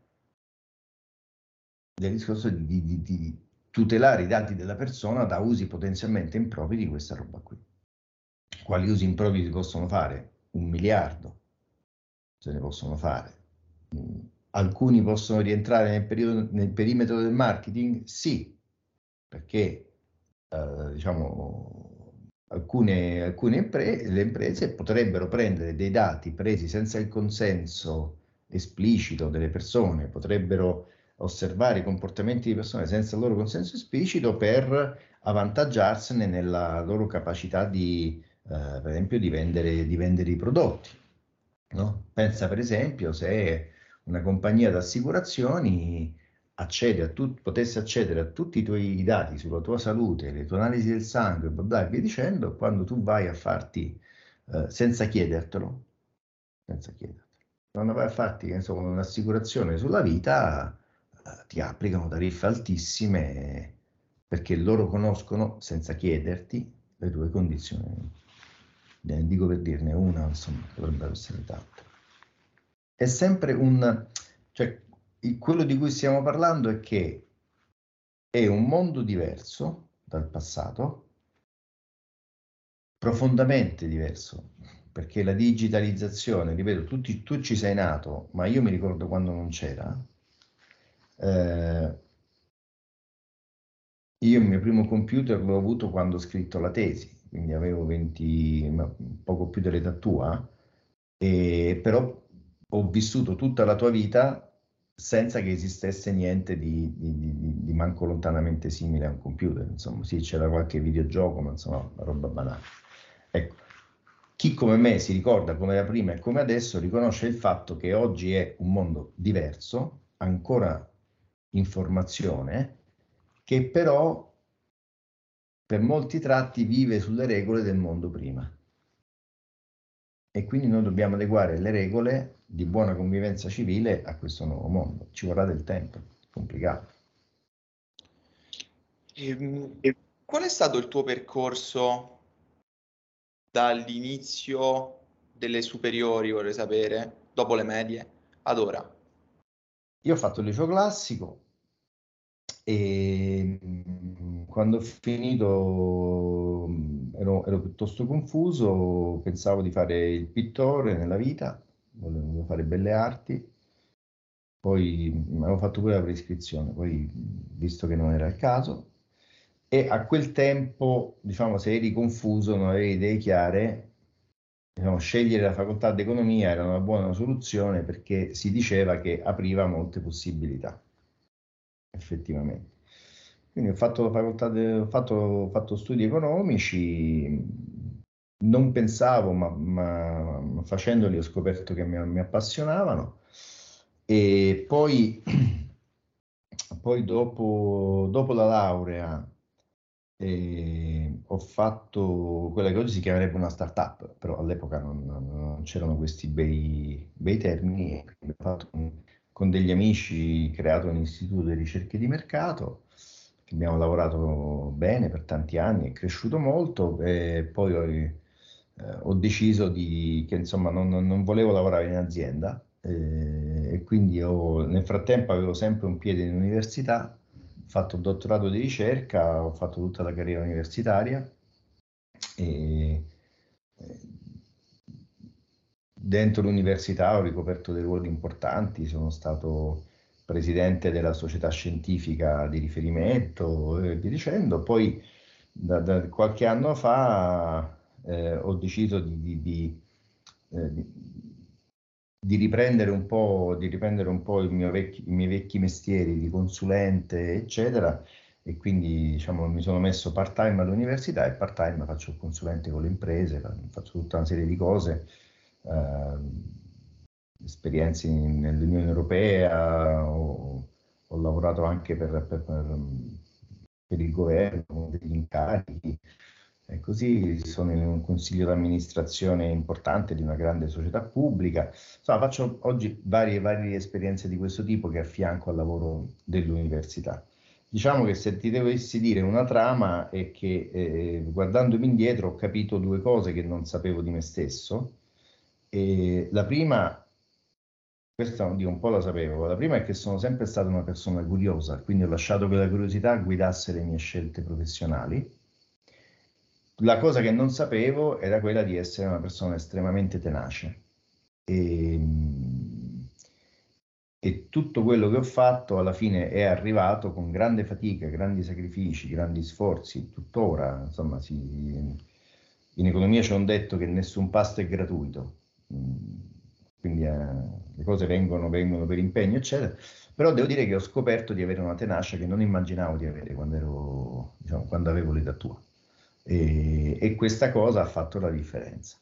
di tutelare i dati della persona da usi potenzialmente impropri di questa roba qui. Quali usi impropri si possono fare? 1 miliardo se ne possono fare. Alcuni possono rientrare nel perimetro del marketing? Sì, perché diciamo, le imprese potrebbero prendere dei dati presi senza il consenso esplicito delle persone, potrebbero osservare i comportamenti di persone senza il loro consenso esplicito per avvantaggiarsene nella loro capacità per esempio, di vendere i prodotti. No? Pensa per esempio se una compagnia d'assicurazioni potesse accedere a tutti i tuoi dati sulla tua salute, le tue analisi del sangue, bla bla, e via dicendo, quando tu vai a farti, senza chiedertelo, quando vai a farti insomma, un'assicurazione sulla vita, ti applicano tariffe altissime perché loro conoscono, senza chiederti, le tue condizioni. Dico per dirne una, insomma, dovrebbero essere tante. È sempre cioè, quello di cui stiamo parlando è che è un mondo diverso dal passato, profondamente diverso, perché la digitalizzazione, ripeto, tu ci sei nato, ma io mi ricordo quando non c'era. Io il mio primo computer l'ho avuto quando ho scritto la tesi, quindi avevo 20, poco più dell'età tua, però ho vissuto tutta la tua vita senza che esistesse niente di manco lontanamente simile a un computer. Insomma, sì, c'era qualche videogioco, ma insomma, roba banale. Ecco, chi come me si ricorda come era prima e come adesso, riconosce il fatto che oggi è un mondo diverso, ancora in formazione, che però per molti tratti vive sulle regole del mondo prima. E quindi noi dobbiamo adeguare le regole di buona convivenza civile a questo nuovo mondo. Ci vorrà del tempo, è complicato. Qual è stato il tuo percorso dall'inizio delle superiori, vorrei sapere, dopo le medie, ad ora? Io ho fatto il liceo classico e quando ho finito ero piuttosto confuso, pensavo di fare il pittore nella vita, volevo fare belle arti, poi avevo fatto pure la prescrizione, poi visto che non era il caso, e a quel tempo, diciamo, se eri confuso, non avevi idee chiare, diciamo, scegliere la facoltà di economia era una buona soluzione perché si diceva che apriva molte possibilità, effettivamente. Quindi ho fatto la facoltà, ho fatto studi economici, non pensavo, ma facendoli ho scoperto che mi appassionavano. E poi, poi dopo la laurea ho fatto quella che oggi si chiamerebbe una startup, però all'epoca non c'erano questi bei termini. E quindi ho fatto con degli amici creato un istituto di ricerche di mercato abbiamo lavorato bene per tanti anni, è cresciuto molto e poi ho deciso che insomma non volevo lavorare in azienda e quindi nel frattempo avevo sempre un piede in università, ho fatto un dottorato di ricerca, ho fatto tutta la carriera universitaria e dentro l'università ho ricoperto dei ruoli importanti, sono stato presidente della società scientifica di riferimento e via dicendo. Poi da qualche anno fa ho deciso di riprendere un po', i miei vecchi mestieri di consulente, eccetera, e quindi diciamo, mi sono messo part-time all'università e part-time faccio il consulente con le imprese, faccio tutta una serie di cose, esperienze nell'Unione Europea, ho lavorato anche per il governo, con degli incarichi, e così sono in un consiglio d'amministrazione importante di una grande società pubblica. Insomma, faccio oggi varie esperienze di questo tipo che affianco al lavoro dell'università. Diciamo che se ti dovessi dire una trama è che guardandomi indietro ho capito due cose che non sapevo di me stesso. E la prima, questa un po' la sapevo, la prima è che sono sempre stata una persona curiosa, quindi ho lasciato che la curiosità guidasse le mie scelte professionali. La cosa che non sapevo era quella di essere una persona estremamente tenace. E tutto quello che ho fatto alla fine è arrivato con grande fatica, grandi sacrifici, grandi sforzi, tuttora, insomma, in economia c'è un detto che nessun pasto è gratuito, quindi le cose vengono per impegno, eccetera, però devo dire che ho scoperto di avere una tenacia che non immaginavo di avere quando avevo l'età tua, e questa cosa ha fatto la differenza.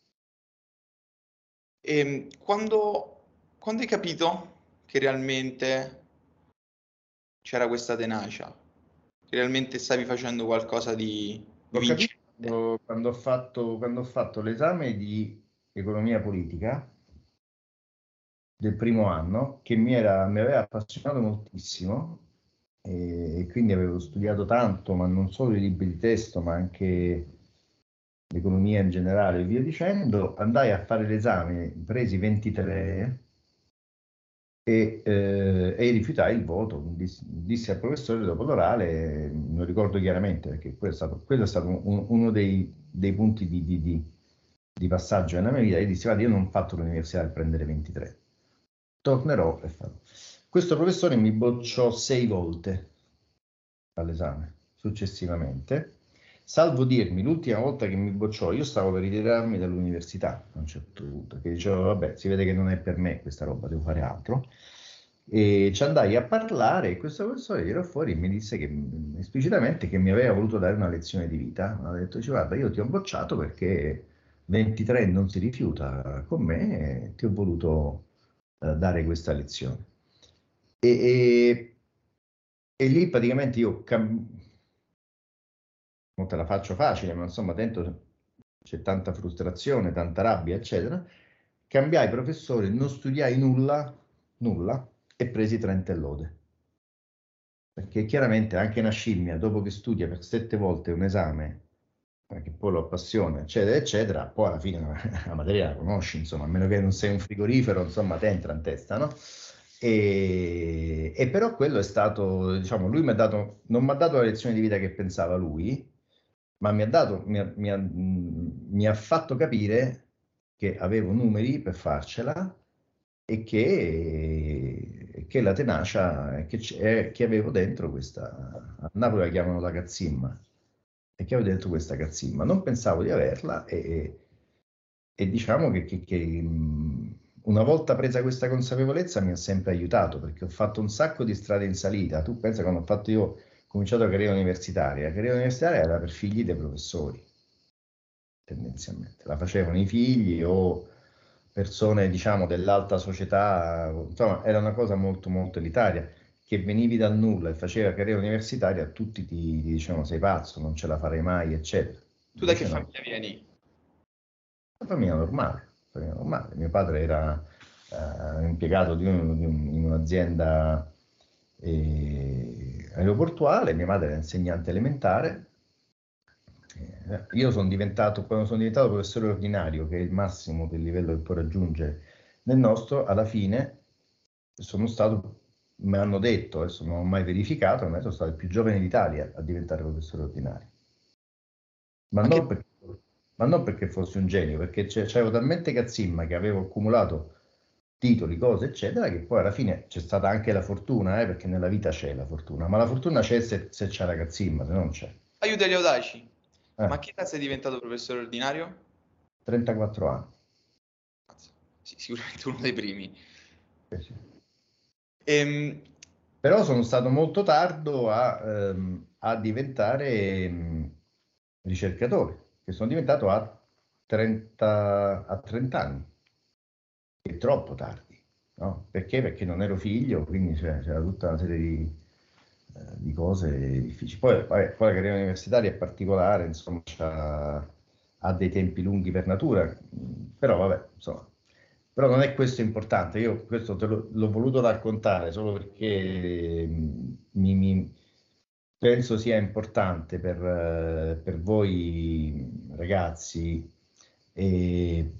E quando hai capito che realmente c'era questa tenacia, che realmente stavi facendo qualcosa di L'ho capito vincente? quando ho fatto l'esame di economia politica del primo anno, che mi aveva appassionato moltissimo, e quindi avevo studiato tanto, ma non solo i libri di testo, ma anche l'economia in generale e via dicendo. Andai a fare l'esame, presi 23 e rifiutai il voto. Dissi al professore dopo l'orale, non ricordo chiaramente perché quello è stato uno dei punti di passaggio nella mia vita. E dissi: guarda, io non ho fatto l'università per prendere 23, tornerò e farò. Questo professore mi bocciò 6 volte all'esame successivamente, salvo dirmi l'ultima volta che mi bocciò, io stavo per ritirarmi dall'università a un certo punto, che dicevo: vabbè, si vede che non è per me questa roba, devo fare altro. E ci andai a parlare e questo professore tirò fuori e mi disse esplicitamente che mi aveva voluto dare una lezione di vita. Ha detto: guarda, io ti ho bocciato perché 23 non si rifiuta con me e ti ho voluto dare questa lezione. E lì praticamente io non te la faccio facile, ma insomma dentro c'è tanta frustrazione, tanta rabbia, eccetera. Cambiai professore, non studiai nulla, e presi 30 e lode. Perché chiaramente anche una scimmia, dopo che studia per 7 volte un esame, che poi lo appassiona, eccetera, eccetera, poi alla fine la materia la conosci, insomma, a meno che non sei un frigorifero, insomma, te entra in testa, no? E però quello è stato, diciamo, lui non mi ha dato la lezione di vita che pensava lui, ma mi ha fatto capire che avevo numeri per farcela e che la tenacia, che avevo dentro questa, a Napoli la chiamano la cazzimma, e che avevo dentro questa cazzimma. Non pensavo di averla e diciamo che una volta presa questa consapevolezza mi ha sempre aiutato, perché ho fatto un sacco di strade in salita. Tu pensa, quando ho cominciato la carriera universitaria era per figli dei professori, tendenzialmente. La facevano i figli o persone, diciamo, dell'alta società, insomma, era una cosa molto, molto elitaria. Che venivi dal nulla e facevi carriera universitaria, tutti ti dicevano: sei pazzo, non ce la farei mai, eccetera. Tu da che Invece no. famiglia vieni? Una famiglia normale, famiglia normale. Mio padre era impiegato in un'azienda aeroportuale, mia madre era insegnante elementare. Io sono diventato, quando sono diventato professore ordinario, che è il massimo del livello che può raggiungere nel nostro, alla fine sono stato, me l'hanno detto, adesso non ho mai verificato, ma sono stato il più giovane d'Italia a diventare professore ordinario. Ma non perché fossi un genio, perché c'avevo talmente cazzimma che avevo accumulato titoli, cose, eccetera, che poi alla fine c'è stata anche la fortuna, perché nella vita c'è la fortuna, ma la fortuna c'è se c'è la cazzimma, se non c'è. Aiuto agli audaci. Ma a Eh, che età sei diventato professore ordinario? 34 anni. Sì, sicuramente uno dei primi. Sì. Ehm, Però sono stato molto tardo a diventare ricercatore, che sono diventato a 30 anni, è troppo tardi, no? Perché? Perché non ero figlio, quindi c'era tutta una serie di cose difficili. Poi la carriera universitaria è particolare, insomma, ha dei tempi lunghi per natura, però vabbè, insomma. Però non è questo importante, io questo l'ho voluto raccontare solo perché penso sia importante per voi ragazzi e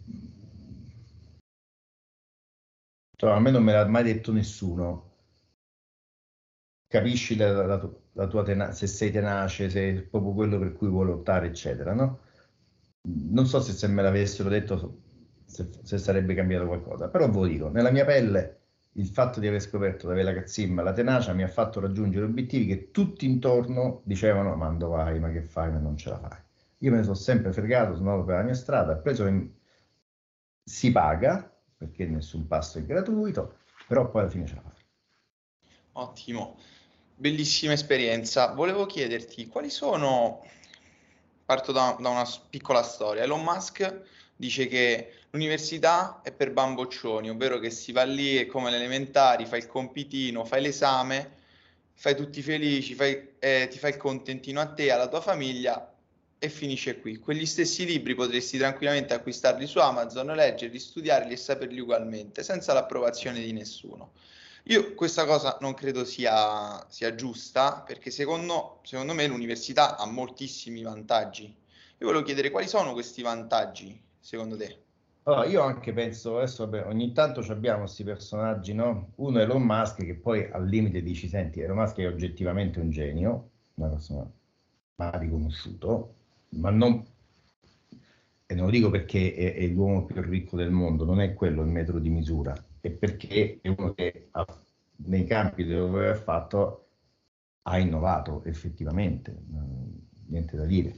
insomma, a me non me l'ha mai detto nessuno. Capisci la tua tenacia, se sei tenace, se è proprio quello per cui vuoi lottare, eccetera, no? Non so se me l'avessero detto se sarebbe cambiato qualcosa, però ve lo dico, nella mia pelle il fatto di aver scoperto di avere la cazzimma e la tenacia mi ha fatto raggiungere obiettivi che tutti intorno dicevano ma dove vai, ma che fai, ma non ce la fai. Io me ne sono sempre fregato, sono andato per la mia strada, ho preso si paga, perché nessun passo è gratuito, però poi alla fine ce la fai. Ottimo, bellissima esperienza. Volevo chiederti quali sono, parto da una piccola storia. Elon Musk dice che l'università è per bamboccioni, ovvero che si va lì e come alle elementari, fai il compitino, fai l'esame, fai tutti felici, ti fai il contentino a te, alla tua famiglia e finisce qui. Quegli stessi libri potresti tranquillamente acquistarli su Amazon, leggerli, studiarli e saperli ugualmente, senza l'approvazione di nessuno. Io questa cosa non credo sia giusta, perché secondo me l'università ha moltissimi vantaggi. Io volevo chiedere quali sono questi vantaggi, secondo te? Allora, io anche penso, adesso vabbè, ogni tanto abbiamo questi personaggi, no? Uno è Elon Musk, che poi al limite dici, senti, Elon Musk è oggettivamente un genio, una persona ma riconosciuto, ma non, e non lo dico perché è l'uomo più ricco del mondo, non è quello il metro di misura, è perché è uno che nei campi dove ha fatto ha innovato effettivamente, niente da dire.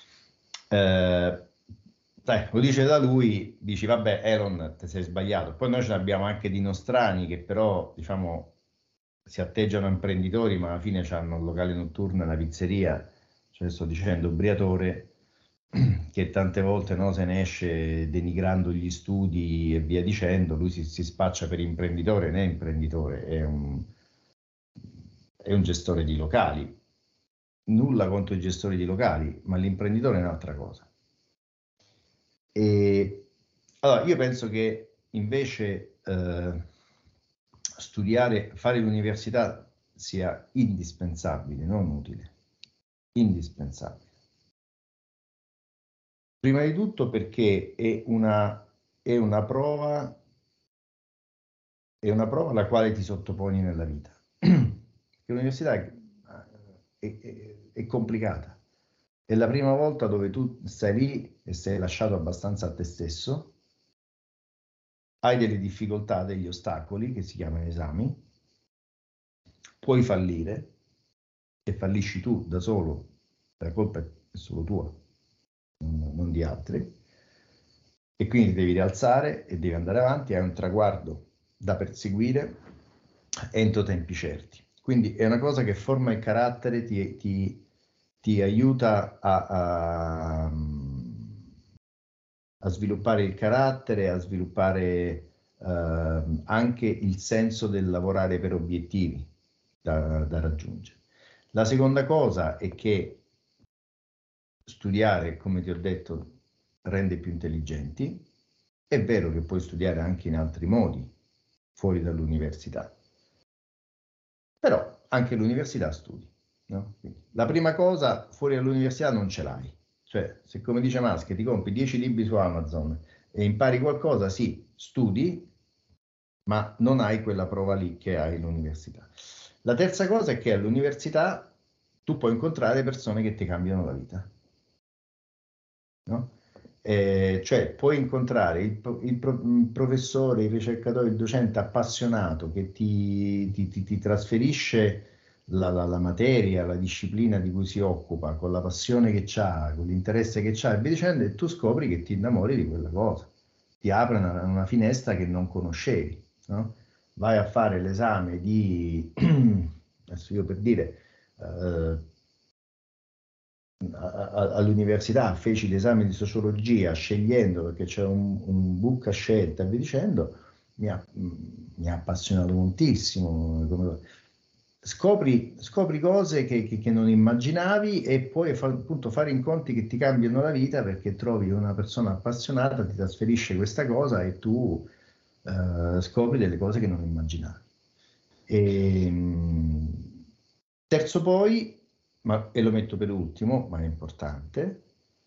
Lo dice da lui, dici vabbè Elon ti sei sbagliato, poi noi ce ne abbiamo anche di nostrani che però diciamo si atteggiano imprenditori ma alla fine hanno il locale notturno e la pizzeria, cioè sto dicendo Briatore che tante volte no, se ne esce denigrando gli studi e via dicendo, lui si spaccia per imprenditore, non è imprenditore, è un gestore di locali. Nulla contro i gestori di locali, ma l'imprenditore è un'altra cosa. E allora io penso che invece studiare, fare l'università sia indispensabile, non utile, indispensabile. Prima di tutto perché è una prova alla quale ti sottoponi nella vita. L'università è complicata. È la prima volta dove tu stai lì e sei lasciato abbastanza a te stesso, hai delle difficoltà, degli ostacoli che si chiamano esami, puoi fallire e fallisci tu da solo, la colpa è solo tua, non di altri, e quindi ti devi rialzare e devi andare avanti, hai un traguardo da perseguire entro tempi certi. Quindi è una cosa che forma il carattere, ti aiuta a sviluppare il carattere, a sviluppare anche il senso del lavorare per obiettivi da raggiungere. La seconda cosa è che studiare, come ti ho detto, rende più intelligenti. È vero che puoi studiare anche in altri modi, fuori dall'università. Però anche l'università studi. No? Quindi, la prima cosa, fuori dall'università non ce l'hai. Cioè, se come dice Musk, ti compri 10 libri su Amazon e impari qualcosa, sì, studi, ma non hai quella prova lì che hai all'università. La terza cosa è che all'università tu puoi incontrare persone che ti cambiano la vita. No? Cioè puoi incontrare il professore, il ricercatore, il docente appassionato che ti trasferisce la materia, la disciplina di cui si occupa, con la passione che c'ha, con l'interesse che c'ha e via dicendo, e tu scopri che ti innamori di quella cosa, ti apre una finestra che non conoscevi, no? Vai a fare l'esame di, adesso io per dire, all'università feci l'esame di sociologia scegliendo perché c'era un book a scelta e via dicendo, mi ha appassionato moltissimo. Scopri cose che non immaginavi e poi appunto fare incontri che ti cambiano la vita perché trovi una persona appassionata, ti trasferisce questa cosa e tu scopri delle cose che non immaginavi. Terzo poi, e lo metto per ultimo, ma è importante,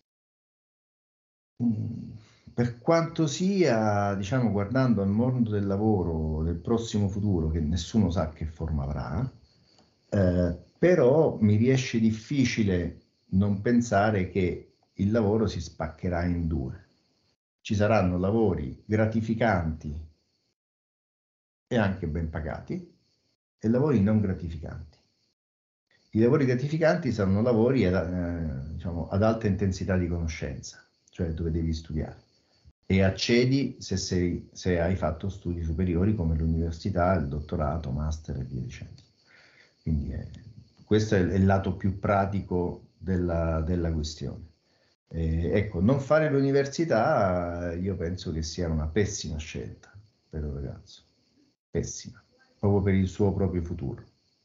per quanto sia, diciamo, guardando al mondo del lavoro del prossimo futuro, che nessuno sa che forma avrà, però mi riesce difficile non pensare che il lavoro si spaccherà in due. Ci saranno lavori gratificanti e anche ben pagati e lavori non gratificanti. I lavori gratificanti saranno lavori diciamo, ad alta intensità di conoscenza, cioè dove devi studiare e accedi se hai fatto studi superiori come l'università, il dottorato, master e via dicendo. Quindi questo è il lato più pratico della questione. Ecco, non fare l'università io penso che sia una pessima scelta per un ragazzo, pessima, proprio per il suo proprio futuro.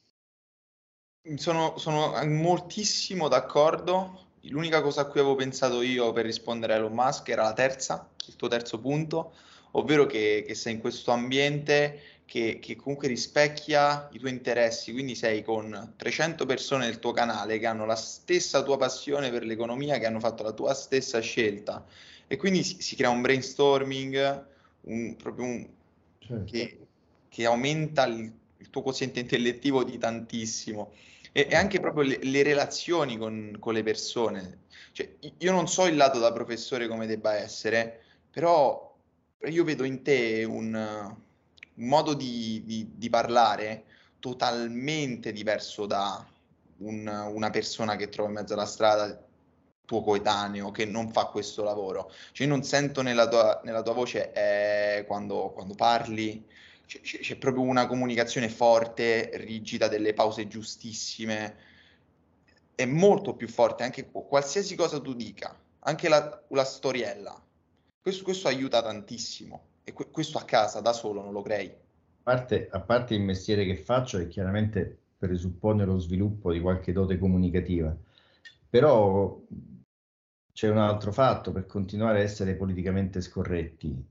Sono moltissimo d'accordo. L'unica cosa a cui avevo pensato io per rispondere a Elon Musk era la terza, il tuo terzo punto, ovvero che sei in questo ambiente che comunque rispecchia i tuoi interessi, quindi sei con 300 persone del tuo canale che hanno la stessa tua passione per l'economia, che hanno fatto la tua stessa scelta e quindi si crea un brainstorming, Certo. che aumenta il tuo quoziente intellettivo di tantissimo e anche proprio le relazioni con le persone. Cioè, io non so il lato da professore come debba essere, però io vedo in te un modo di parlare totalmente diverso da una persona che trovo in mezzo alla strada, tuo coetaneo, che non fa questo lavoro. Cioè, io non sento nella tua voce quando parli c'è proprio una comunicazione forte, rigida, delle pause giustissime, è molto più forte anche qualsiasi cosa tu dica, anche la storiella. Questo aiuta tantissimo e questo a casa da solo non lo crei. A parte il mestiere che faccio, che chiaramente presuppone lo sviluppo di qualche dote comunicativa, però c'è un altro fatto per continuare a essere politicamente scorretti.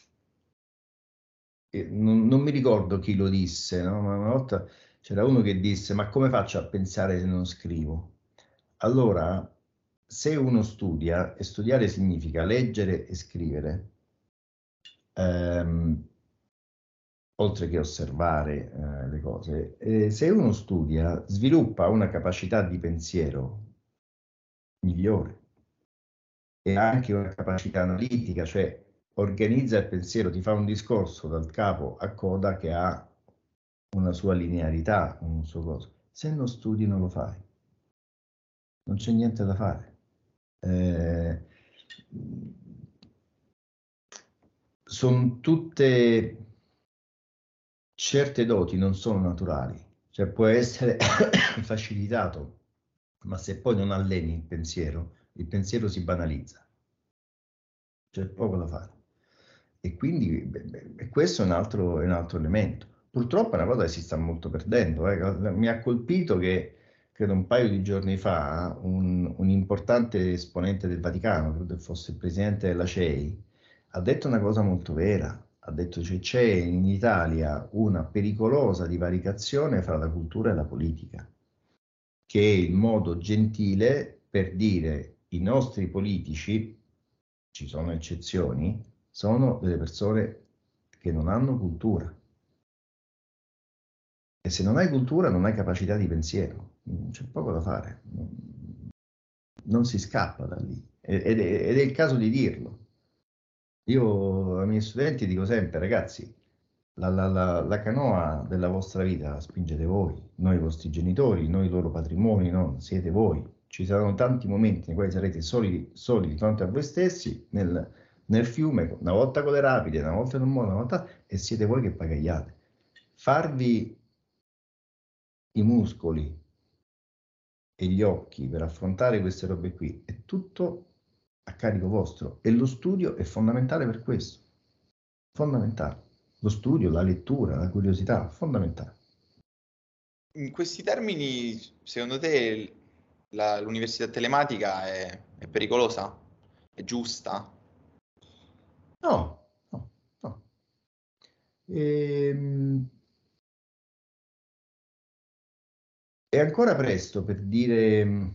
Non mi ricordo chi lo disse, no? Ma una volta c'era uno che disse: ma come faccio a pensare se non scrivo? Allora, se uno studia, e studiare significa leggere e scrivere, ehm, oltre che osservare le cose, se uno studia, sviluppa una capacità di pensiero migliore e anche una capacità analitica, cioè organizza il pensiero, ti fa un discorso dal capo a coda che ha una sua linearità, un suo coso. Se non studi non lo fai, non c'è niente da fare. Sono tutte certe doti, non sono naturali, cioè può essere facilitato, ma se poi non alleni il pensiero si banalizza, c'è poco da fare. E quindi questo è un altro elemento. Purtroppo è una cosa che si sta molto perdendo. Mi ha colpito che, credo un paio di giorni fa, un importante esponente del Vaticano, credo fosse il presidente della CEI, ha detto una cosa molto vera. ha detto che c'è in Italia una pericolosa divaricazione fra la cultura e la politica, che è il modo gentile per dire i nostri politici, ci sono eccezioni, sono delle persone che non hanno cultura. E se non hai cultura non hai capacità di pensiero, c'è poco da fare, non si scappa da lì, ed è il caso di dirlo. Io ai miei studenti dico sempre, ragazzi, la canoa della vostra vita la spingete voi, noi i vostri genitori, noi i loro patrimoni, no? Siete voi. Ci saranno tanti momenti nei quali sarete soli di fronte a voi stessi nel fiume, una volta con le rapide, una volta in un modo, una volta, e siete voi che pagagliate. Farvi i muscoli e gli occhi per affrontare queste robe qui è tutto a carico vostro, e lo studio è fondamentale per questo. Fondamentale. Lo studio, la lettura, la curiosità, fondamentale. In questi termini, secondo te l'università telematica è pericolosa? È giusta? No, no, no. È ancora presto per dire.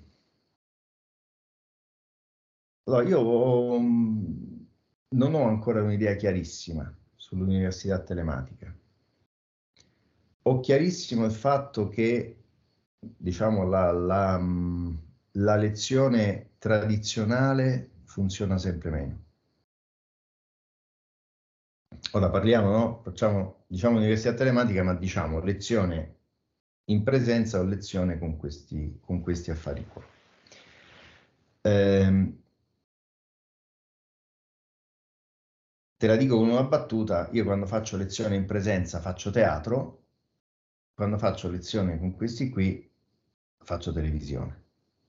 Allora, io non ho ancora un'idea chiarissima sull'università telematica. Ho chiarissimo il fatto che, diciamo, la lezione tradizionale funziona sempre meno. Ora parliamo, no? Facciamo, diciamo, università telematica, ma diciamo lezione in presenza o lezione con questi affari qua. Te la dico con una battuta: io quando faccio lezione in presenza faccio teatro, quando faccio lezione con questi qui faccio televisione,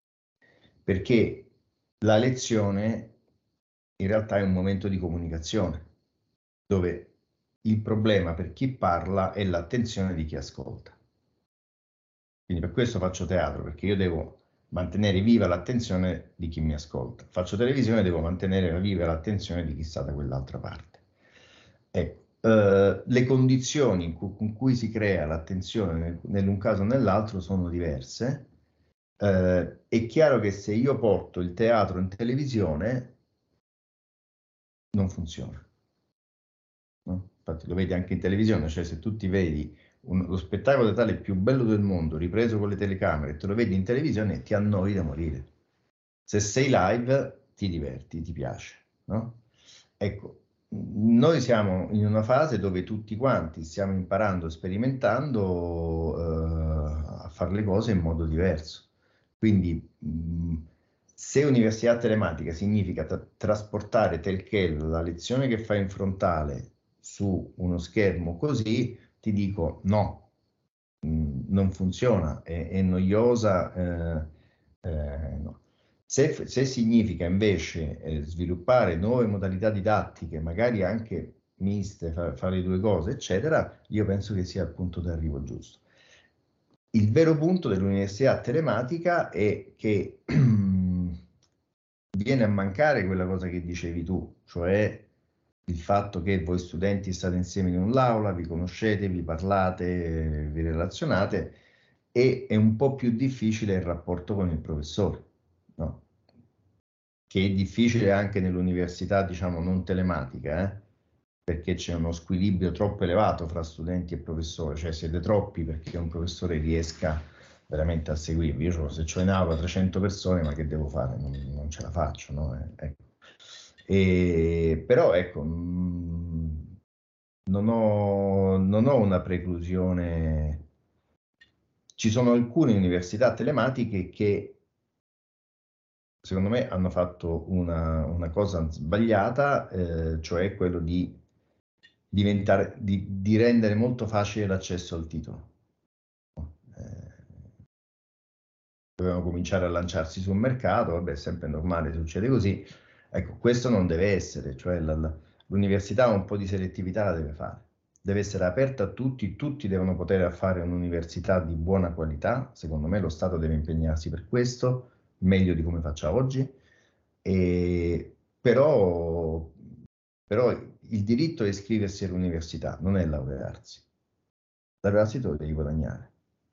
perché la lezione in realtà è un momento di comunicazione, dove il problema per chi parla è l'attenzione di chi ascolta. Quindi per questo faccio teatro, perché io devo mantenere viva l'attenzione di chi mi ascolta. Faccio televisione, devo mantenere viva l'attenzione di chi sta da quell'altra parte. Ecco, le condizioni con cui si crea l'attenzione nell'un caso o nell'altro sono diverse. È chiaro che se io porto il teatro in televisione non funziona. No? Infatti lo vedi anche in televisione, cioè se tu ti vedi lo spettacolo teatrale più bello del mondo ripreso con le telecamere e te lo vedi in televisione, ti annoi da morire. Se sei live ti diverti, ti piace, no? Ecco, noi siamo in una fase dove tutti quanti stiamo imparando, sperimentando a fare le cose in modo diverso. Quindi se università telematica significa trasportare tel quel la lezione che fai in frontale su uno schermo così, ti dico no, non funziona, è noiosa, no. Se significa invece sviluppare nuove modalità didattiche, magari anche miste, fare le due cose, eccetera, io penso che sia il punto d'arrivo giusto. Il vero punto dell'università telematica è che viene a mancare quella cosa che dicevi tu, cioè il fatto che voi studenti state insieme in un'aula, vi conoscete, vi parlate, vi relazionate, e è un po' più difficile il rapporto con il professore, no? Che è difficile anche nell'università, diciamo, non telematica, perché c'è uno squilibrio troppo elevato fra studenti e professore, cioè siete troppi perché un professore riesca veramente a seguirvi. Io se ho in aula 300 persone, ma che devo fare? Non ce la faccio, no? Ecco. Però ecco, non ho una preclusione. Ci sono alcune università telematiche che secondo me hanno fatto una cosa sbagliata, cioè quello di rendere molto facile l'accesso al titolo. Dovevano cominciare a lanciarsi sul mercato, vabbè, è sempre normale, succede così. Ecco, questo non deve essere, cioè l'università un po' di selettività la deve fare. Deve essere aperta a tutti, tutti devono poter fare un'università di buona qualità, secondo me lo Stato deve impegnarsi per questo, meglio di come faccia oggi, però il diritto è iscriversi all'università, non è laurearsi. Laurearsi te lo devi guadagnare.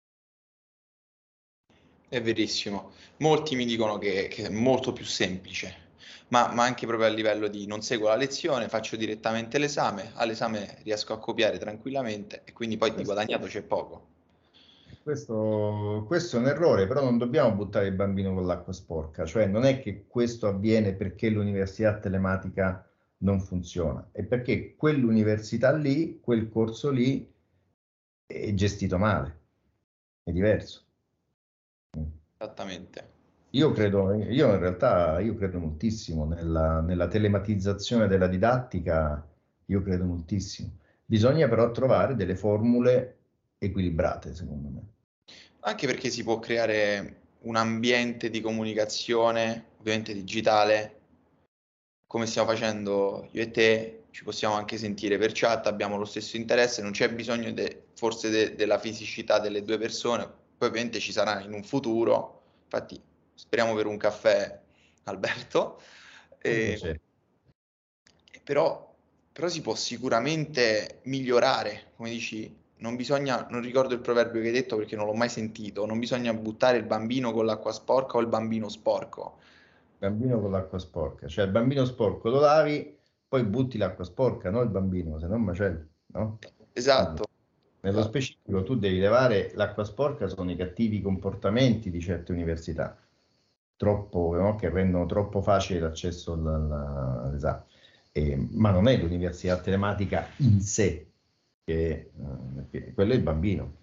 È verissimo. Molti mi dicono che è molto più semplice, ma anche proprio a livello di non seguo la lezione, faccio direttamente l'esame, all'esame riesco a copiare tranquillamente e quindi poi di guadagnato c'è poco. Questo è un errore, però non dobbiamo buttare il bambino con l'acqua sporca, cioè non è che questo avviene perché l'università telematica non funziona, è perché quell'università lì, quel corso lì è gestito male, è diverso. Esattamente. Io in realtà credo moltissimo nella telematizzazione della didattica, io credo moltissimo. Bisogna però trovare delle formule equilibrate, secondo me. Anche perché si può creare un ambiente di comunicazione, ovviamente digitale, come stiamo facendo io e te, ci possiamo anche sentire per chat, abbiamo lo stesso interesse, non c'è bisogno forse della fisicità delle due persone, poi ovviamente ci sarà in un futuro, infatti speriamo per un caffè, Alberto, Invece, però si può sicuramente migliorare, come dici, non ricordo il proverbio che hai detto perché non l'ho mai sentito, non bisogna buttare il bambino con l'acqua sporca o il bambino sporco. bambino con l'acqua sporca, cioè il bambino sporco lo lavi, poi butti l'acqua sporca, no il bambino, se no macello, no? Quindi, Esatto, nello esatto. specifico tu devi levare l'acqua sporca, sono i cattivi comportamenti di certe università, troppo, no? Che rendono troppo facile l'accesso all'esame. Ma non è l'università telematica in sé, perché quello è il bambino.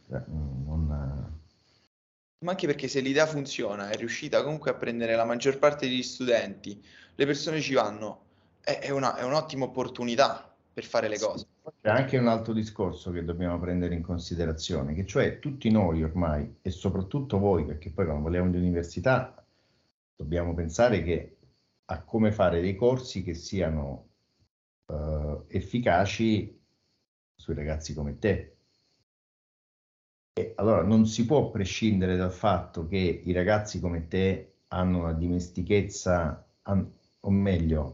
Ma anche perché se l'idea funziona, è riuscita comunque a prendere la maggior parte degli studenti, le persone ci vanno, è un'ottima opportunità per fare le Sì. cose. C'è anche un altro discorso che dobbiamo prendere in considerazione, che cioè tutti noi ormai, e soprattutto voi, perché poi quando parliamo di università, dobbiamo pensare che a come fare dei corsi che siano efficaci sui ragazzi come te. E allora non si può prescindere dal fatto che i ragazzi come te hanno una dimestichezza, o meglio,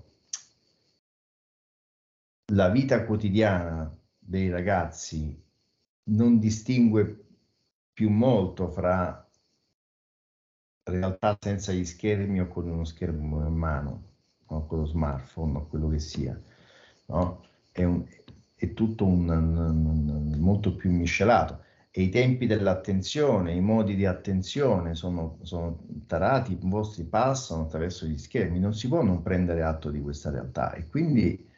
la vita quotidiana dei ragazzi non distingue più molto fra realtà senza gli schermi o con uno schermo in mano, o con lo smartphone o quello che sia, no? È tutto molto più miscelato e i tempi dell'attenzione, i modi di attenzione sono tarati, imposti, passano attraverso gli schermi, non si può non prendere atto di questa realtà e quindi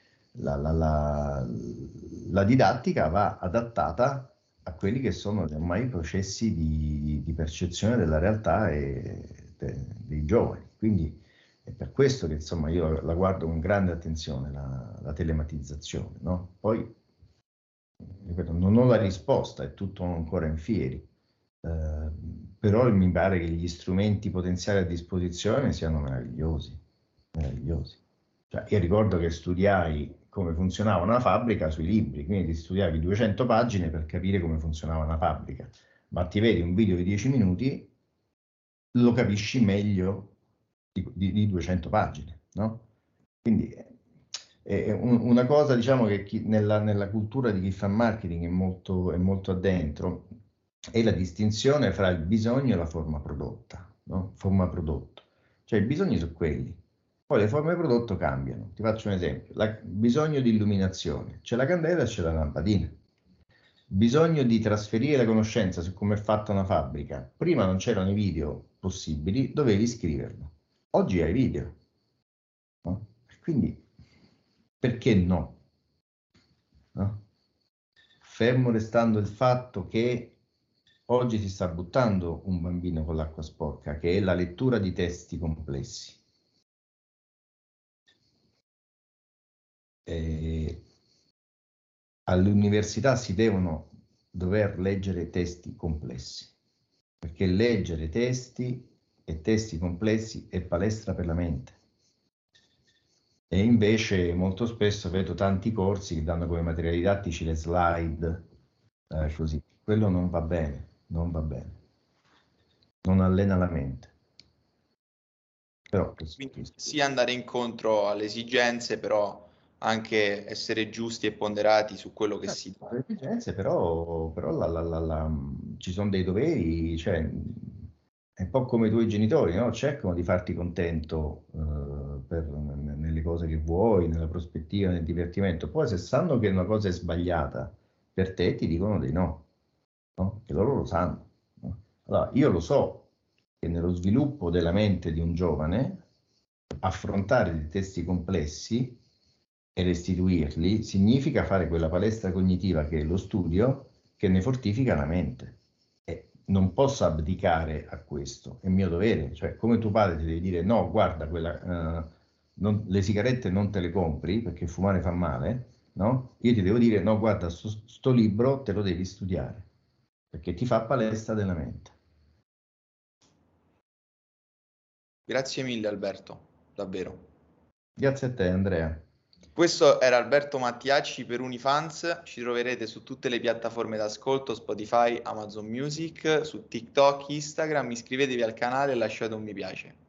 la didattica va adattata a quelli che sono ormai i processi di percezione della realtà dei giovani. Quindi è per questo che insomma io la guardo con grande attenzione la telematizzazione, no? Poi, ripeto, non ho la risposta, è tutto ancora in fieri, però mi pare che gli strumenti potenziali a disposizione siano meravigliosi, meravigliosi. Cioè, io ricordo che studiai come funzionava una fabbrica sui libri, quindi ti studiavi 200 pagine per capire come funzionava una fabbrica, ma ti vedi un video di 10 minuti, lo capisci meglio di 200 pagine, no? Quindi è una cosa, diciamo, che nella cultura di chi fa marketing è molto addentro, è la distinzione fra il bisogno e la forma prodotta, no? Forma prodotto. Cioè i bisogni sono quelli, poi le forme prodotto cambiano. Ti faccio un esempio, bisogno di illuminazione, c'è la candela e c'è la lampadina. Bisogno di trasferire la conoscenza su come è fatta una fabbrica. Prima non c'erano i video possibili, dovevi scriverlo. Oggi hai video, no? Quindi perché no? No? Fermo restando il fatto che oggi si sta buttando un bambino con l'acqua sporca, che è la lettura di testi complessi. All'università si devono dover leggere testi complessi, perché leggere testi e testi complessi è palestra per la mente. E invece molto spesso vedo tanti corsi che danno come materiali didattici le slide, così. Quello non va bene, non va bene. Non allena la mente. Però Quindi sì andare incontro alle esigenze, però anche essere giusti e ponderati su quello che si Le esigenze, però ci sono dei doveri, cioè è un po' come i tuoi genitori, no? Cercano di farti contento nelle cose che vuoi, nella prospettiva, nel divertimento. Poi se sanno che una cosa è sbagliata per te, ti dicono di no, no? Che loro lo sanno, no? Allora, io lo so che nello sviluppo della mente di un giovane, affrontare dei testi complessi e restituirli significa fare quella palestra cognitiva che è lo studio, che ne fortifica la mente. E non posso abdicare a questo, è mio dovere. Cioè, come tuo padre ti devi dire no, guarda, le sigarette non te le compri perché fumare fa male, no? Io ti devo dire no, guarda, sto libro te lo devi studiare perché ti fa palestra della mente. Grazie mille Alberto, davvero. Grazie a te, Andrea. Questo era Alberto Mattiacci per Unifans, ci troverete su tutte le piattaforme d'ascolto, Spotify, Amazon Music, su TikTok, Instagram, iscrivetevi al canale e lasciate un mi piace.